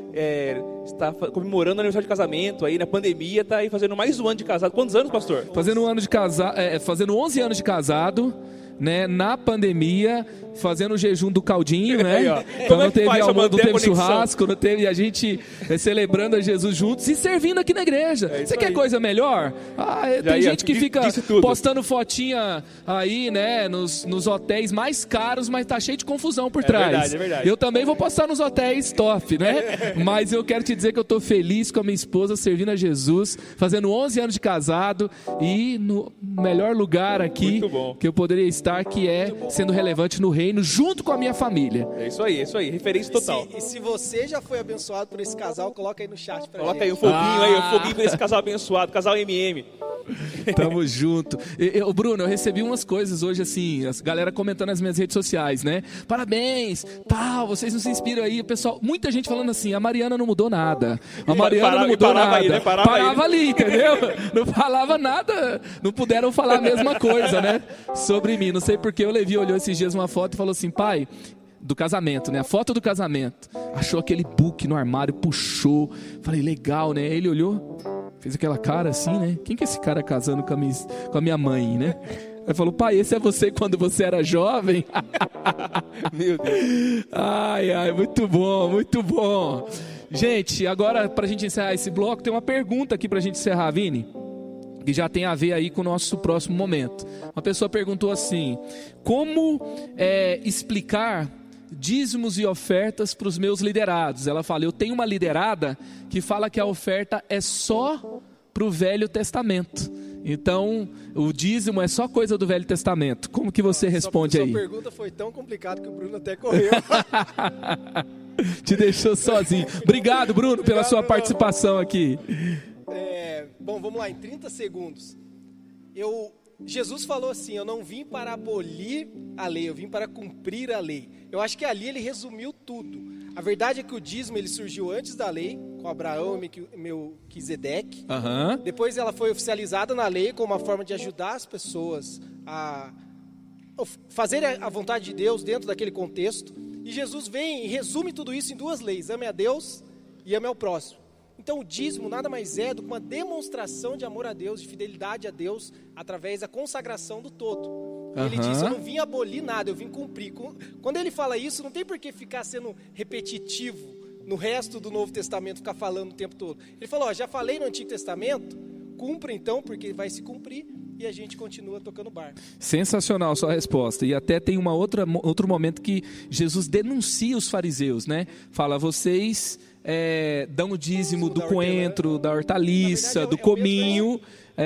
está comemorando o aniversário de casamento aí na pandemia, está aí fazendo mais um ano de casado. Quantos anos, pastor? Fazendo 11 anos de casado. Né, na pandemia, fazendo o jejum do caldinho, né? Então não teve almoço, não teve churrasco, não teve a gente celebrando a Jesus juntos e servindo aqui na igreja. Você quer coisa melhor? Tem gente que fica postando fotinha aí, né, nos hotéis mais caros, mas tá cheio de confusão por trás. Verdade. Eu também vou postar nos hotéis top, né? Mas eu quero te dizer que eu tô feliz com a minha esposa servindo a Jesus, fazendo 11 anos de casado e no melhor lugar aqui que eu poderia estar, que é sendo relevante no reino junto com a minha família. É isso aí, referência total. E se você já foi abençoado por esse casal, coloca aí no chat pra gente. Coloca aí um foguinho pra esse casal abençoado, casal MM. Tamo junto. Bruno, eu recebi umas coisas hoje assim, a galera comentando nas minhas redes sociais, né? Parabéns, tal, vocês não se inspiram aí. O pessoal, muita gente falando assim, a Mariana não mudou nada. A Mariana não mudou nada. Aí, né? Parava ali, entendeu? Não falava nada. Não puderam falar a mesma coisa, né? Sobre mim. Não sei porque o Levi olhou esses dias uma foto e falou assim: pai, do casamento, né? A foto do casamento. Achou aquele book no armário, puxou. Falei, legal, né? Ele olhou, fez aquela cara assim, né? Quem que é esse cara casando com a minha mãe, né? Aí falou, pai, esse é você quando você era jovem? Meu Deus. Ai, muito bom, muito bom. Gente, agora pra gente encerrar esse bloco, tem uma pergunta aqui pra gente encerrar, Vini, que já tem a ver aí com o nosso próximo momento. Uma pessoa perguntou assim: como explicar dízimos e ofertas para os meus liderados? Ela fala, eu tenho uma liderada que fala que a oferta é só para o Velho Testamento. Então, o dízimo é só coisa do Velho Testamento. Como que você responde aí? Sua pergunta foi tão complicada que o Bruno até correu. Te deixou sozinho. Obrigado, Bruno, pela sua participação aqui. Bom, vamos lá, em 30 segundos. Jesus falou assim, eu não vim para abolir a lei, eu vim para cumprir a lei. Eu acho que ali ele resumiu tudo. A verdade é que o dízimo ele surgiu antes da lei, com Abraão e Melquisedeque. Depois ela foi oficializada na lei como uma forma de ajudar as pessoas a fazer a vontade de Deus dentro daquele contexto. E Jesus vem e resume tudo isso em duas leis, ame a Deus e ame ao próximo. Então o dízimo nada mais é do que uma demonstração de amor a Deus, de fidelidade a Deus, através da consagração do todo. Ele disse, eu não vim abolir nada, eu vim cumprir. Quando ele fala isso, não tem por que ficar sendo repetitivo no resto do Novo Testamento, ficar falando o tempo todo. Ele falou, já falei no Antigo Testamento, cumpra então, porque vai se cumprir, e a gente continua tocando barco. Sensacional sua resposta. E até tem outro momento que Jesus denuncia os fariseus, né? Fala, vocês dão o dízimo do coentro, da hortaliça, do cominho.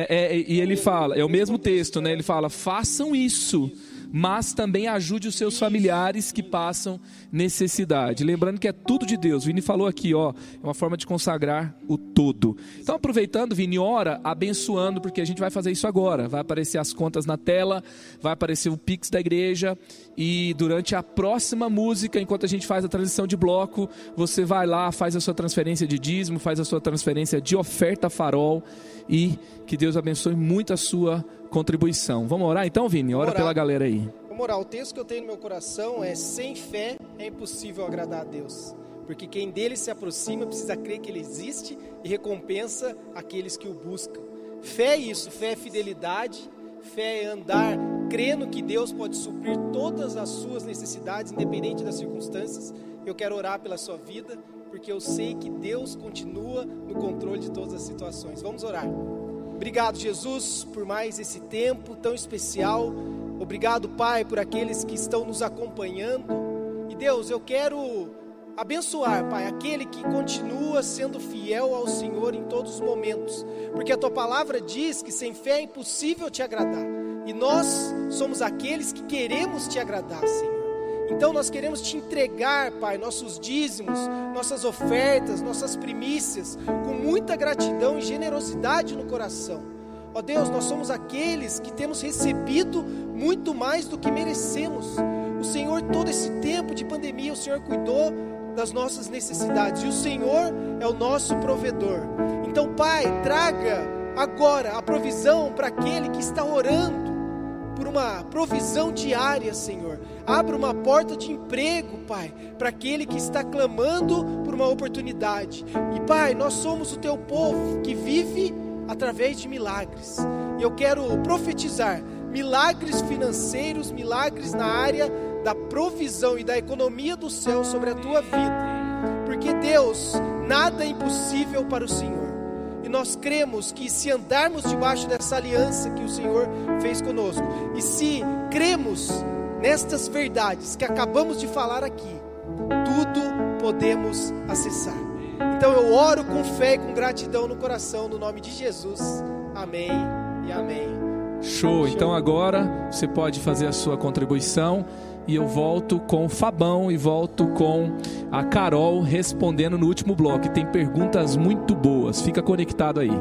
E ele fala, é o mesmo texto, né? Ele fala, façam isso, mas também ajude os seus familiares que passam necessidade. Lembrando que é tudo de Deus. Vini falou aqui, ó, é uma forma de consagrar o todo. Então, aproveitando, Vini, ora abençoando, porque a gente vai fazer isso agora. Vai aparecer as contas na tela, vai aparecer o Pix da igreja, e durante a próxima música, enquanto a gente faz a transição de bloco, você vai lá, faz a sua transferência de dízimo, faz a sua transferência de oferta Farol, e que Deus abençoe muito a sua contribuição. Vamos orar então, Vini? Ora pela galera aí. Vamos orar. O texto que eu tenho no meu coração é: sem fé é impossível agradar a Deus, porque quem dele se aproxima precisa crer que ele existe e recompensa aqueles que o buscam. Fé é isso, fé é fidelidade, fé é andar crendo que Deus pode suprir todas as suas necessidades, independente das circunstâncias. Eu quero orar pela sua vida, porque eu sei que Deus continua no controle de todas as situações. Vamos orar. Obrigado, Jesus, por mais esse tempo tão especial. Obrigado, Pai, por aqueles que estão nos acompanhando. E Deus, eu quero abençoar, Pai, aquele que continua sendo fiel ao Senhor em todos os momentos, porque a Tua palavra diz que sem fé é impossível Te agradar, e nós somos aqueles que queremos Te agradar, Senhor. Então nós queremos Te entregar, Pai, nossos dízimos, nossas ofertas, nossas primícias, com muita gratidão e generosidade no coração. Ó Deus, nós somos aqueles que temos recebido muito mais do que merecemos. O Senhor, todo esse tempo de pandemia, o Senhor cuidou das nossas necessidades, e o Senhor é o nosso provedor. Então, Pai, traga agora a provisão para aquele que está orando por uma provisão diária, Senhor. Abra uma porta de emprego, Pai, para aquele que está clamando por uma oportunidade. E, Pai, nós somos o Teu povo que vive através de milagres. E eu quero profetizar milagres financeiros, milagres na área da provisão e da economia do céu sobre a tua vida. Porque, Deus, nada é impossível para o Senhor. E nós cremos que se andarmos debaixo dessa aliança que o Senhor fez conosco, e se cremos nestas verdades que acabamos de falar aqui, tudo podemos acessar. Então eu oro com fé e com gratidão no coração, no nome de Jesus. Amém e amém. Show. Então agora você pode fazer a sua contribuição, e eu volto com o Fabão e volto com a Carol respondendo no último bloco. E tem perguntas muito boas, fica conectado aí.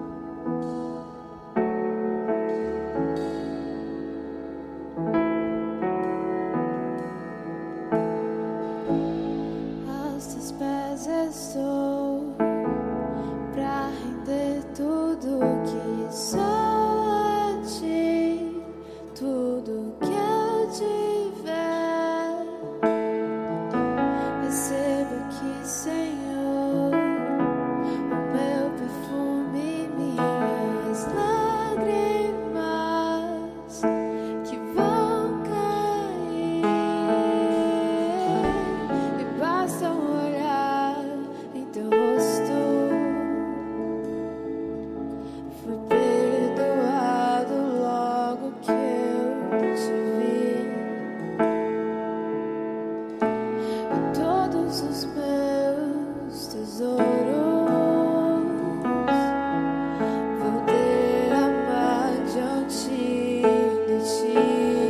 Aos teus pés estou, pra render tudo que sou a ti, tudo que eu tiver. Receba aqui, Senhor, o meu perfume, minhas lágrimas que vão cair. E basta um olhar em teu rosto, fui perdoado logo que eu te vi. E todos os meus tesouros vou derramar diante de ti.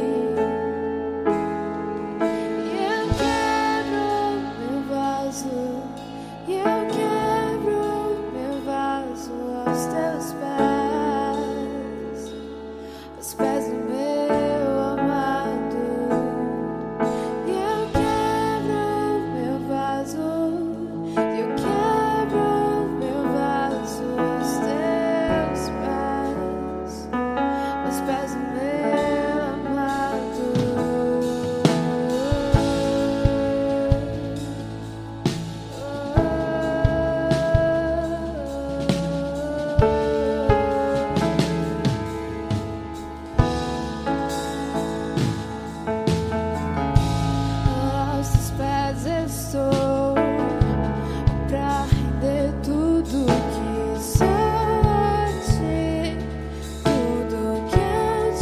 E eu quebro meu vaso, e eu quebro meu vaso aos teus pés, aos pés do meu amado. E eu quebro meu vaso, e eu quebro meu vaso aos teus pés, aos pés do meu amado. Aos teus pés estou, pra render tudo que sou a ti, tudo que eu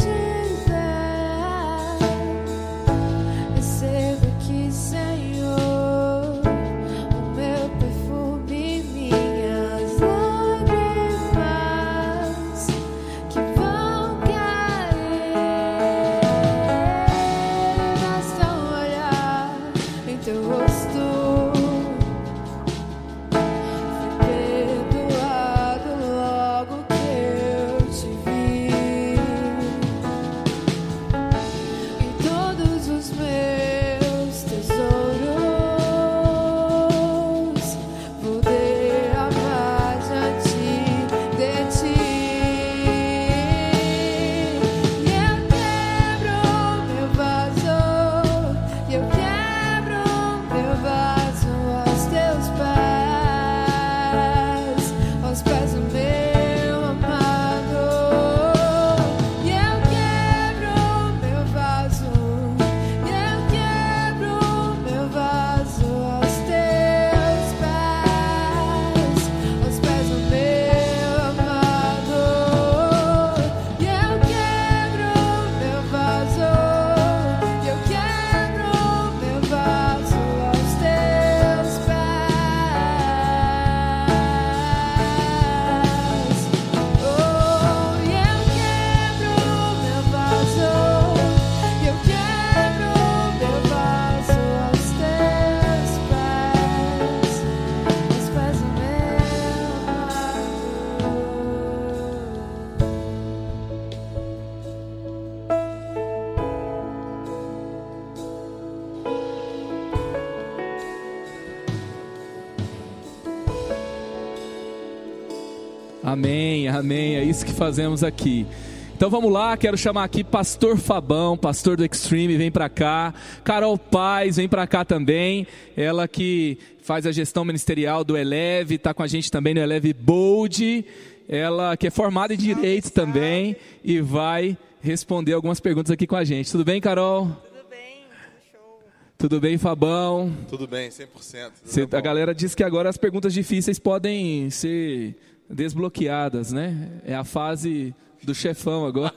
Amém, amém, é isso que fazemos aqui. Então vamos lá, quero chamar aqui Pastor Fabão, pastor do Extreme, vem pra cá. Carol Paz, vem pra cá também. Ela que faz a gestão ministerial do Eleve, tá com a gente também no Eleve Bold. Ela que é formada em Direito também e vai responder algumas perguntas aqui com a gente. Tudo bem, Carol? Tudo bem, tudo show. Tudo bem, Fabão? Tudo bem, 100%. A galera diz que agora as perguntas difíceis podem ser desbloqueadas, né? É a fase do chefão agora.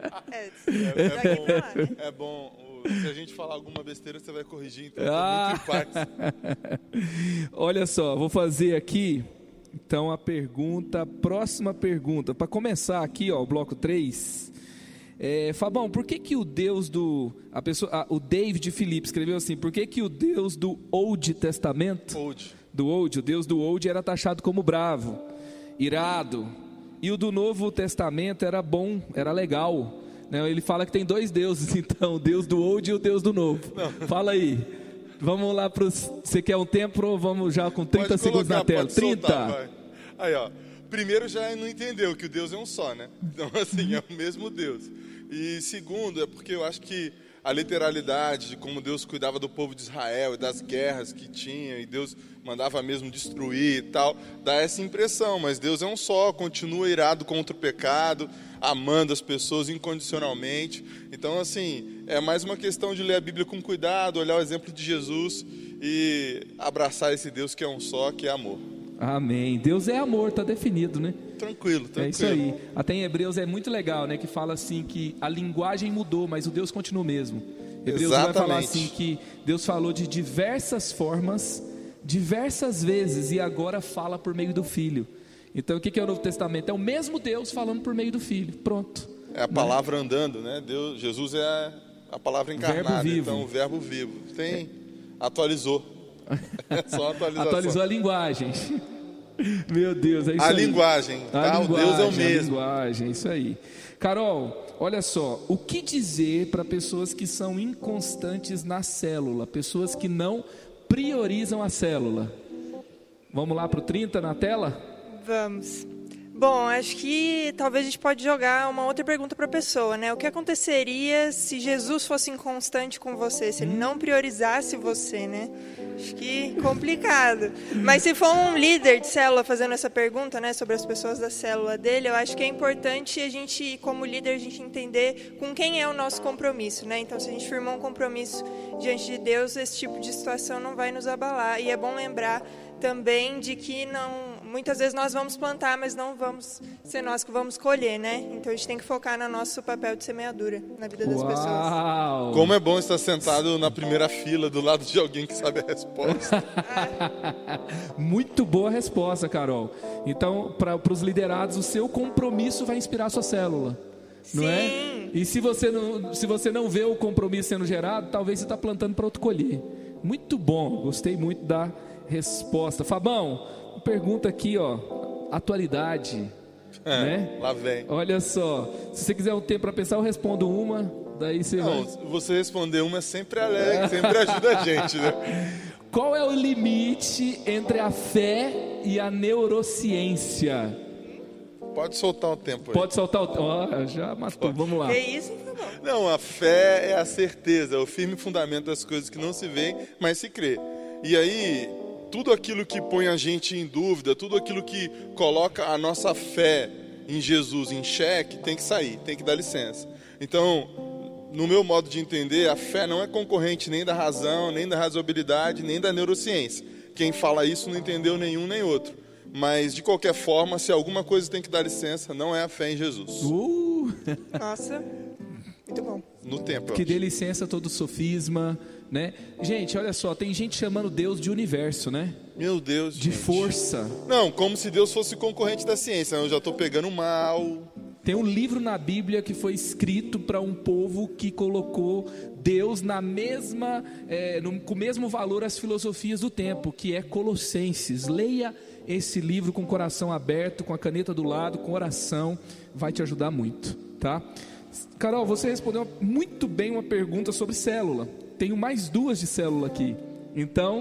É bom. Se a gente falar alguma besteira, você vai corrigir, então muito em paz. Olha só, vou fazer aqui, então, próxima pergunta. Para começar aqui, ó, o bloco 3. Fabão, por que o Deus o David Felipe escreveu assim, por que o Deus do Old Testamento, o Deus do Old era taxado como bravo, irado, e o do Novo Testamento era bom, era legal, né? Ele fala que tem 2 deuses, então, o Deus do Old e o Deus do Novo. Não. Fala aí, vamos lá você quer um tempo ou vamos já com 30 segundos na tela? 30. Soltar, aí, ó, primeiro já não entendeu que o Deus é um só, né? Então, assim, é o mesmo Deus. E segundo, é porque eu acho que a literalidade de como Deus cuidava do povo de Israel e das guerras que tinha, e Deus mandava mesmo destruir e tal, dá essa impressão, mas Deus é um só, continua irado contra o pecado, amando as pessoas incondicionalmente. Então, assim, é mais uma questão de ler a Bíblia com cuidado, olhar o exemplo de Jesus e abraçar esse Deus que é um só, que é amor. Amém. Deus é amor, está definido, né? Tranquilo. É isso aí. Até em Hebreus é muito legal, né? Que fala assim que a linguagem mudou, mas o Deus continua o mesmo. Hebreus vai falar assim que Deus falou de diversas formas, diversas vezes, e agora fala por meio do Filho. Então o que é o Novo Testamento? É o mesmo Deus falando por meio do Filho. Pronto. É a palavra andando, né? Jesus é a palavra encarnada, então o verbo vivo. Atualizou. Só atualização. Atualizou a linguagem. Meu Deus, é isso aí. A linguagem, tá? O Deus é o mesmo. A linguagem, é isso aí. Carol, olha só, o que dizer para pessoas que são inconstantes na célula, pessoas que não priorizam a célula? Vamos lá para o 30 na tela? Vamos. Bom, acho que talvez a gente pode jogar uma outra pergunta para a pessoa, né? O que aconteceria se Jesus fosse inconstante com você, se ele não priorizasse você, né? Acho que complicado. Mas se for um líder de célula fazendo essa pergunta, né, sobre as pessoas da célula dele, eu acho que é importante a gente, como líder, a gente entender com quem é o nosso compromisso, né? Então, se a gente firmar um compromisso diante de Deus, esse tipo de situação não vai nos abalar. E é bom lembrar também de que muitas vezes nós vamos plantar, mas não vamos ser nós que vamos colher, né? Então a gente tem que focar no nosso papel de semeadura na vida das pessoas. Como é bom estar sentado na primeira fila do lado de alguém que sabe a resposta. Muito boa resposta, Carol. Então, para os liderados, o seu compromisso vai inspirar a sua célula. Não é? E se você não vê o compromisso sendo gerado, talvez você está plantando para outro colher. Muito bom, gostei muito da resposta. Fabão, pergunta aqui, ó, atualidade, né? Lá vem. Olha só, se você quiser um tempo para pensar, eu respondo uma, daí você você responder uma é sempre alegre, sempre ajuda a gente, né? Qual é o limite entre a fé e a neurociência? Pode soltar o tempo aí. Pode soltar o tempo. Já matou, vamos lá. Que isso, Fabão? Não, a fé é a certeza, é o firme fundamento das coisas que não se veem, mas se crê. E aí, tudo aquilo que põe a gente em dúvida, tudo aquilo que coloca a nossa fé em Jesus em xeque, tem que sair, tem que dar licença. Então, no meu modo de entender, a fé não é concorrente nem da razão, nem da razoabilidade, nem da neurociência. Quem fala isso não entendeu nenhum nem outro. Mas, de qualquer forma, se alguma coisa tem que dar licença, não é a fé em Jesus. Nossa, muito bom. No tempo, que dê licença todo sofisma, né? Gente, olha só, tem gente chamando Deus de universo, né? Meu Deus, de força. Não, como se Deus fosse concorrente da ciência. Eu já estou pegando mal. Tem um livro na Bíblia que foi escrito para um povo que colocou Deus na mesma, com o mesmo valor às filosofias do tempo, que é Colossenses. Leia esse livro com o coração aberto, com a caneta do lado, com oração, vai te ajudar muito, tá? Carol, você respondeu muito bem uma pergunta sobre célula. Tenho mais 2 de célula aqui. Então,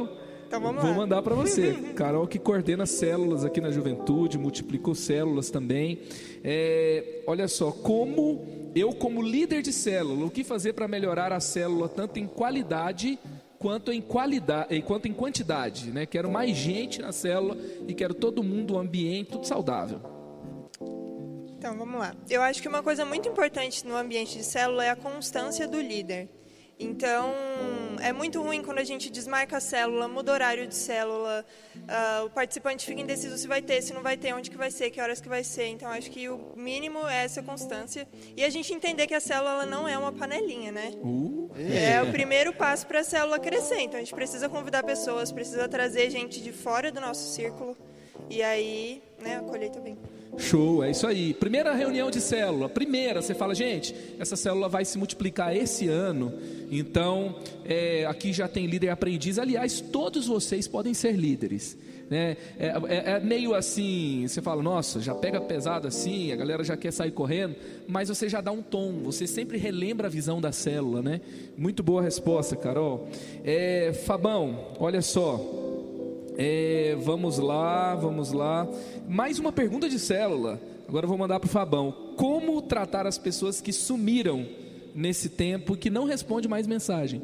Então vamos Vou lá. mandar para você. Carol que coordena células aqui na juventude, multiplicou células também. Olha só, como líder de célula, o que fazer para melhorar a célula tanto em qualidade quanto em quantidade, né? Quero mais gente na célula e quero todo mundo, o ambiente, tudo saudável. Então vamos lá. Eu acho que uma coisa muito importante no ambiente de célula é a constância do líder. Então, é muito ruim quando a gente desmarca a célula, muda o horário de célula, o participante fica indeciso se vai ter, se não vai ter, onde que vai ser, que horas que vai ser. Então, acho que o mínimo é essa constância. E a gente entender que a célula ela não é uma panelinha, né? É o primeiro passo para a célula crescer. Então, a gente precisa convidar pessoas, precisa trazer gente de fora do nosso círculo. E aí, né, a colheita vem. Show, é isso aí. Primeira reunião de célula. Você fala, gente, essa célula vai se multiplicar esse ano. Então, aqui já tem líder e aprendiz. Aliás, todos vocês podem ser líderes, né? É meio assim, você fala, nossa, já pega pesado assim, a galera já quer sair correndo, mas você já dá um tom, você sempre relembra a visão da célula, né? Muito boa resposta, Carol. Fabão, olha só. Vamos lá. Mais uma pergunta de célula. Agora eu vou mandar para o Fabão. Como tratar as pessoas que sumiram nesse tempo e que não respondem mais mensagem?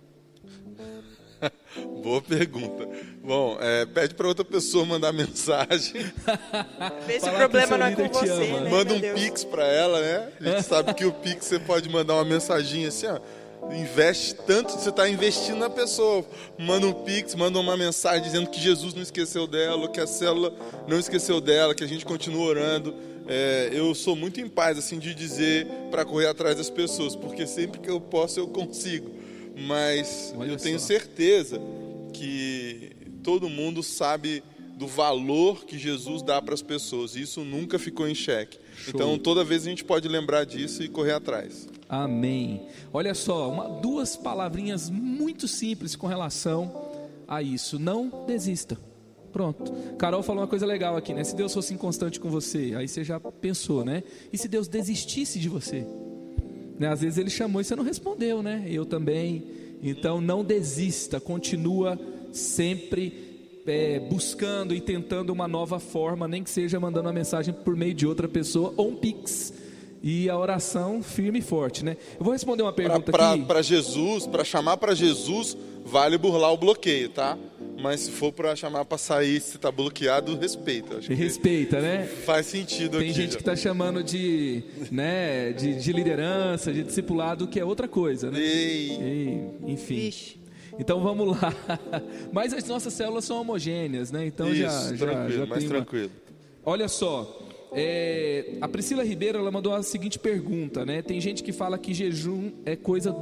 Boa pergunta. Bom, pede para outra pessoa mandar mensagem. Vê se o problema não é com você, né? Manda um Pix para ela, né? A gente sabe que o Pix você pode mandar uma mensaginha assim, ó. Investe tanto, você está investindo na pessoa. Manda um Pix, manda uma mensagem dizendo que Jesus não esqueceu dela, que a célula não esqueceu dela, que a gente continua orando. Eu sou muito em paz assim, de dizer para correr atrás das pessoas, porque sempre que eu posso eu consigo. Mas eu tenho certeza que todo mundo sabe do valor que Jesus dá para as pessoas. E isso nunca ficou em xeque. Show. Então toda vez a gente pode lembrar disso e correr atrás. Amém. Olha só, duas palavrinhas muito simples com relação a isso. Não desista. Pronto. Carol falou uma coisa legal aqui, né? Se Deus fosse inconstante com você, aí você já pensou, né? E se Deus desistisse de você? Né? Às vezes Ele chamou e você não respondeu, né? Eu também. Então não desista. Continua sempre buscando e tentando uma nova forma, nem que seja mandando uma mensagem por meio de outra pessoa ou um Pix. E a oração firme e forte, né? Eu vou responder uma pergunta aqui. Para Jesus, para chamar para Jesus, vale burlar o bloqueio, tá? Mas se for para chamar para sair, se está bloqueado, respeita. Acho que respeita, né? Faz sentido aqui. Tem gente que está chamando de liderança, de discipulado, que é outra coisa, né? Enfim. Vixe. Então vamos lá. Mas as nossas células são homogêneas, né? Então isso, já mais tranquilo. Olha só. A Priscila Ribeiro, ela mandou a seguinte pergunta, né? Tem gente que fala que jejum é coisa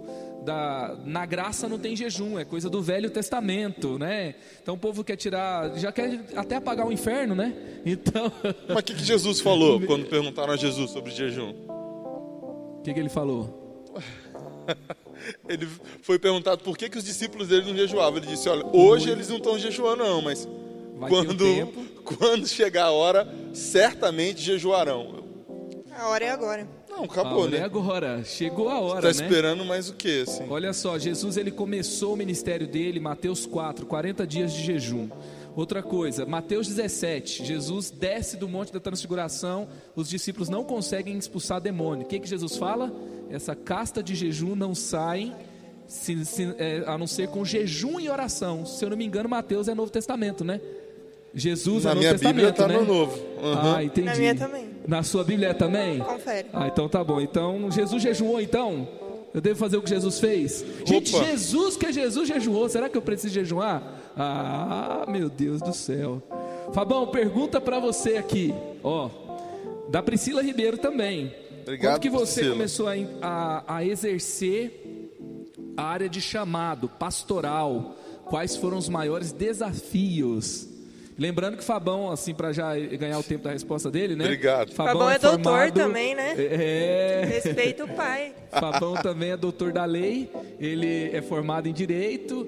na graça não tem jejum, é coisa do Velho Testamento, né? Então o povo quer já quer até apagar o inferno, né? Então... Mas o que Jesus falou quando perguntaram a Jesus sobre jejum? O que ele falou? Ele foi perguntado por que os discípulos dele não jejuavam. Ele disse, olha, hoje eles não estão jejuando não, mas quando chegar a hora, certamente jejuarão. A hora é agora. Não, acabou, né? É agora, chegou a hora, Você está esperando mais o quê, assim? Olha só, Jesus, ele começou o ministério dele, Mateus 4, 40 dias de jejum. Outra coisa, Mateus 17, Jesus desce do Monte da Transfiguração, os discípulos não conseguem expulsar demônio. O que Jesus fala? Essa casta de jejum não sai, a não ser com jejum e oração. Se eu não me engano, Mateus é Novo Testamento, né? Jesus é Novo Testamento, Bíblia tá né? No Novo. Ah, entendi. Na minha também. Na sua Bíblia também? Confere. Então tá bom. Então, Jesus jejuou, então? Eu devo fazer o que Jesus fez? Gente, Jesus jejuou. Será que eu preciso jejuar? Ah, meu Deus do céu. Fabão, pergunta pra você aqui. Da Priscila Ribeiro também. Obrigado, quando que você Priscila. começou a exercer a área de chamado pastoral? Quais foram os maiores desafios? Lembrando que Fabão, assim, para já ganhar o tempo da resposta dele, né? Obrigado. Fabão é doutor também, né? Respeita o pai. Fabão também é doutor da lei, ele é formado em direito,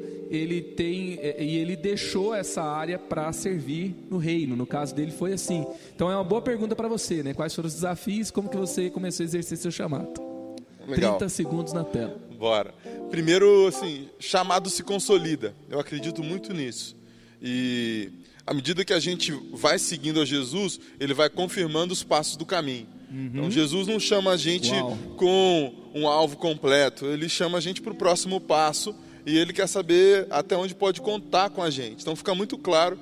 ele deixou essa área para servir no reino. No caso dele foi assim. Então é uma boa pergunta para você, né? Quais foram os desafios, como que você começou a exercer seu chamado? Legal. 30 segundos na tela. Bora. Primeiro, assim, chamado se consolida. Eu acredito muito nisso. E à medida que a gente vai seguindo a Jesus, ele vai confirmando os passos do caminho. Então, Jesus não chama a gente com um alvo completo. Ele chama a gente para o próximo passo e ele quer saber até onde pode contar com a gente. Então, fica muito claro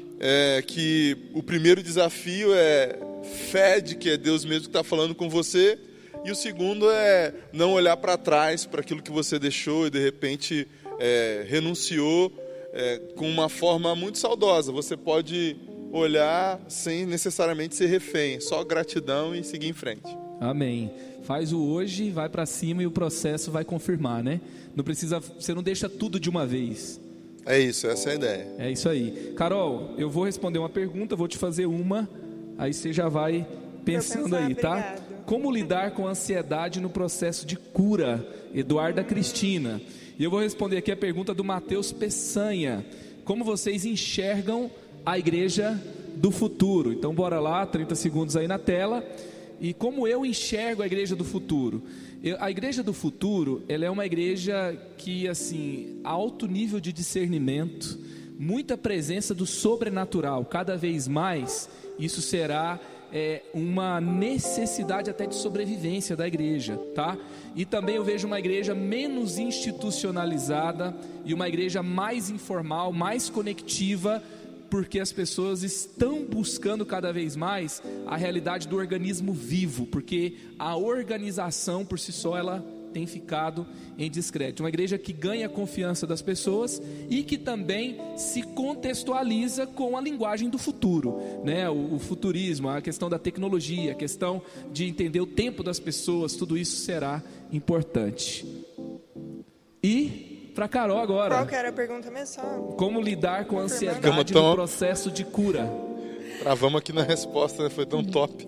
que o primeiro desafio é fé de que é Deus mesmo que está falando com você. E o segundo é não olhar para trás, para aquilo que você deixou e de repente renunciou com uma forma muito saudosa. Você pode olhar sem necessariamente ser refém, só gratidão e seguir em frente. Amém. Faz o hoje, vai para cima e o processo vai confirmar, né? Não precisa, você não deixa tudo de uma vez. É isso, essa é a ideia. É isso aí. Carol, eu vou responder uma pergunta, vou te fazer uma, aí você já vai pensando aí, tá? Obrigado. Como lidar com a ansiedade no processo de cura? Eduarda Cristina. E eu vou responder aqui a pergunta do Matheus Peçanha. Como vocês enxergam a igreja do futuro? Então bora lá, 30 segundos aí na tela. E como eu enxergo a igreja do futuro? A igreja do futuro, ela é uma igreja que, assim, alto nível de discernimento, muita presença do sobrenatural. Cada vez mais isso será uma necessidade até de sobrevivência da igreja, tá? E também eu vejo uma igreja menos institucionalizada e uma igreja mais informal, mais conectiva, porque as pessoas estão buscando cada vez mais a realidade do organismo vivo, porque a organização por si só ela tem ficado em descrédito. Uma igreja que ganha a confiança das pessoas e que também se contextualiza com a linguagem do futuro, né? O futurismo, a questão da tecnologia, a questão de entender o tempo das pessoas, tudo isso será importante. E para Carol agora. Qual que era a pergunta mesmo? Como lidar com a ansiedade no processo de cura? Travamos aqui na resposta, né? Foi tão top.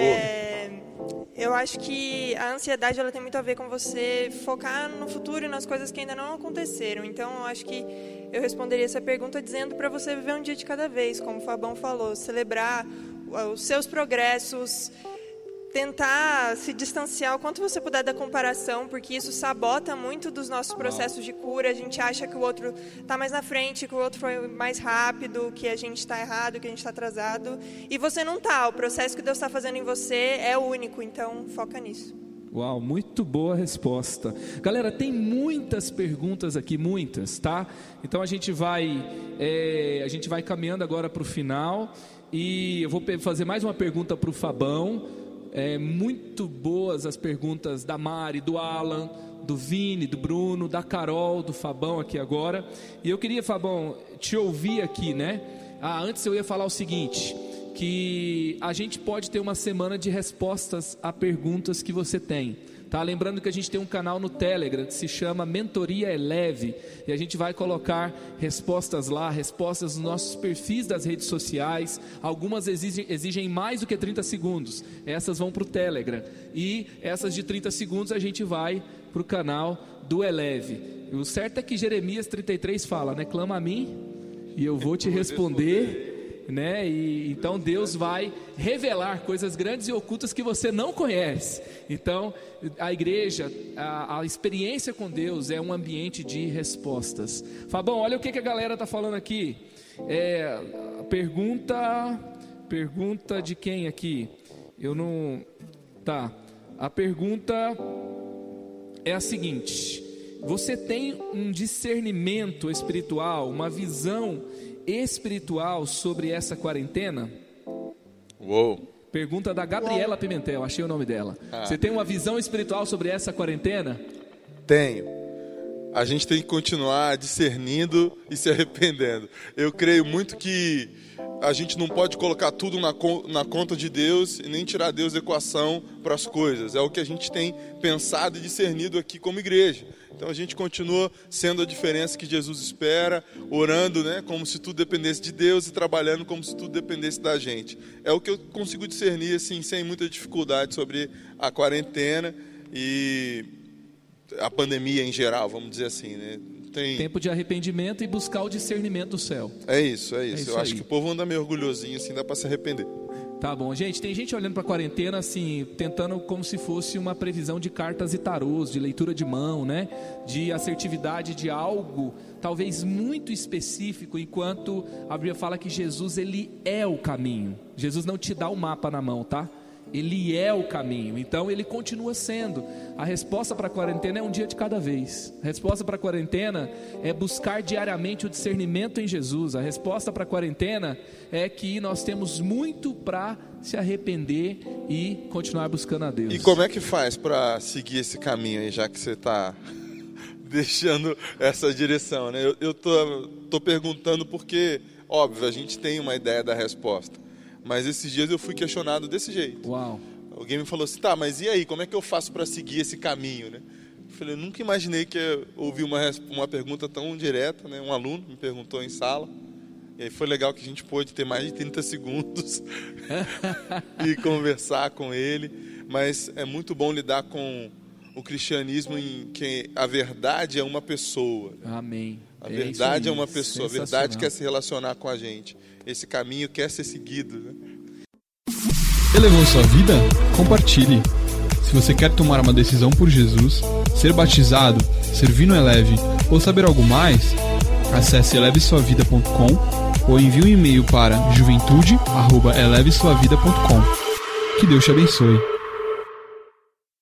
Eu acho que a ansiedade ela tem muito a ver com você focar no futuro e nas coisas que ainda não aconteceram. Então, eu acho que eu responderia essa pergunta dizendo para você viver um dia de cada vez, como o Fabão falou, celebrar os seus progressos, tentar se distanciar o quanto você puder da comparação, porque isso sabota muito dos nossos processos de cura. A gente acha que o outro está mais na frente, que o outro foi mais rápido, que a gente está errado, que a gente está atrasado. E você não está. O processo que Deus está fazendo em você é único, então foca nisso. Uau, muito boa resposta. Galera, tem muitas perguntas aqui, muitas, tá? Então a gente vai caminhando agora para o final. E eu vou fazer mais uma pergunta para o Fabão. Muito boas as perguntas da Mari, do Alan, do Vini, do Bruno, da Carol, do Fabão aqui agora. E eu queria, Fabão, te ouvir aqui, né? Antes eu ia falar o seguinte, que a gente pode ter uma semana de respostas a perguntas que você tem, tá? Lembrando que a gente tem um canal no Telegram que se chama Mentoria Eleve, e a gente vai colocar respostas lá, respostas nos nossos perfis das redes sociais. Algumas exigem mais do que 30 segundos, essas vão para o Telegram, e essas de 30 segundos a gente vai para o canal do Eleve. O certo é que Jeremias 33 fala, né? Clama a mim e eu vou te responder. Né? E então Deus vai revelar coisas grandes e ocultas que você não conhece. Então a igreja, a experiência com Deus é um ambiente de respostas. Fabão, olha o que a galera está falando aqui. Pergunta de quem aqui? Eu não... Tá. A pergunta é a seguinte: você tem um discernimento espiritual, uma visão espiritual sobre essa quarentena? Uou. Pergunta da Gabriela Pimentel, achei o nome dela. Você tem uma visão espiritual sobre essa quarentena? Tenho. A gente tem que continuar discernindo e se arrependendo. Eu creio muito que a gente não pode colocar tudo na conta de Deus e nem tirar Deus da equação para as coisas. É o que a gente tem pensado e discernido aqui como igreja. Então a gente continua sendo a diferença que Jesus espera, orando, né, como se tudo dependesse de Deus e trabalhando como se tudo dependesse da gente. É o que eu consigo discernir assim, sem muita dificuldade sobre a quarentena e a pandemia em geral, vamos dizer assim, né? Tempo de arrependimento e buscar o discernimento do céu. É isso. Eu acho que o povo anda meio orgulhosinho assim, dá para se arrepender. Tá bom, gente, tem gente olhando para a quarentena assim, tentando como se fosse uma previsão de cartas e tarôs, de leitura de mão, né? De assertividade de algo, talvez muito específico, enquanto a Bíblia fala que Jesus, ele é o caminho. Jesus não te dá o mapa na mão, tá? Ele é o caminho, então ele continua sendo. A resposta para a quarentena é um dia de cada vez. A resposta para a quarentena é buscar diariamente o discernimento em Jesus. A resposta para a quarentena é que nós temos muito para se arrepender e continuar buscando a Deus. E como é que faz para seguir esse caminho aí, já que você está deixando essa direção, né? Eu tô perguntando porque, óbvio, a gente tem uma ideia da resposta. Mas esses dias eu fui questionado desse jeito. Uau. Alguém me falou assim, tá, mas e aí, como é que eu faço para seguir esse caminho, né? Eu falei, eu nunca imaginei que eu ouvi uma pergunta tão direta, né? Um aluno me perguntou em sala, e aí foi legal que a gente pôde ter mais de 30 segundos e conversar com ele, mas é muito bom lidar com o cristianismo em que a verdade é uma pessoa. Amém. A verdade é uma pessoa, a verdade quer se relacionar com a gente. Esse caminho quer ser seguido, né? Elevou sua vida? Compartilhe. Se você quer tomar uma decisão por Jesus, ser batizado, servir no Eleve ou saber algo mais, acesse elevesuavida.com ou envie um e-mail para juventude@elevesuavida.com. Que Deus te abençoe.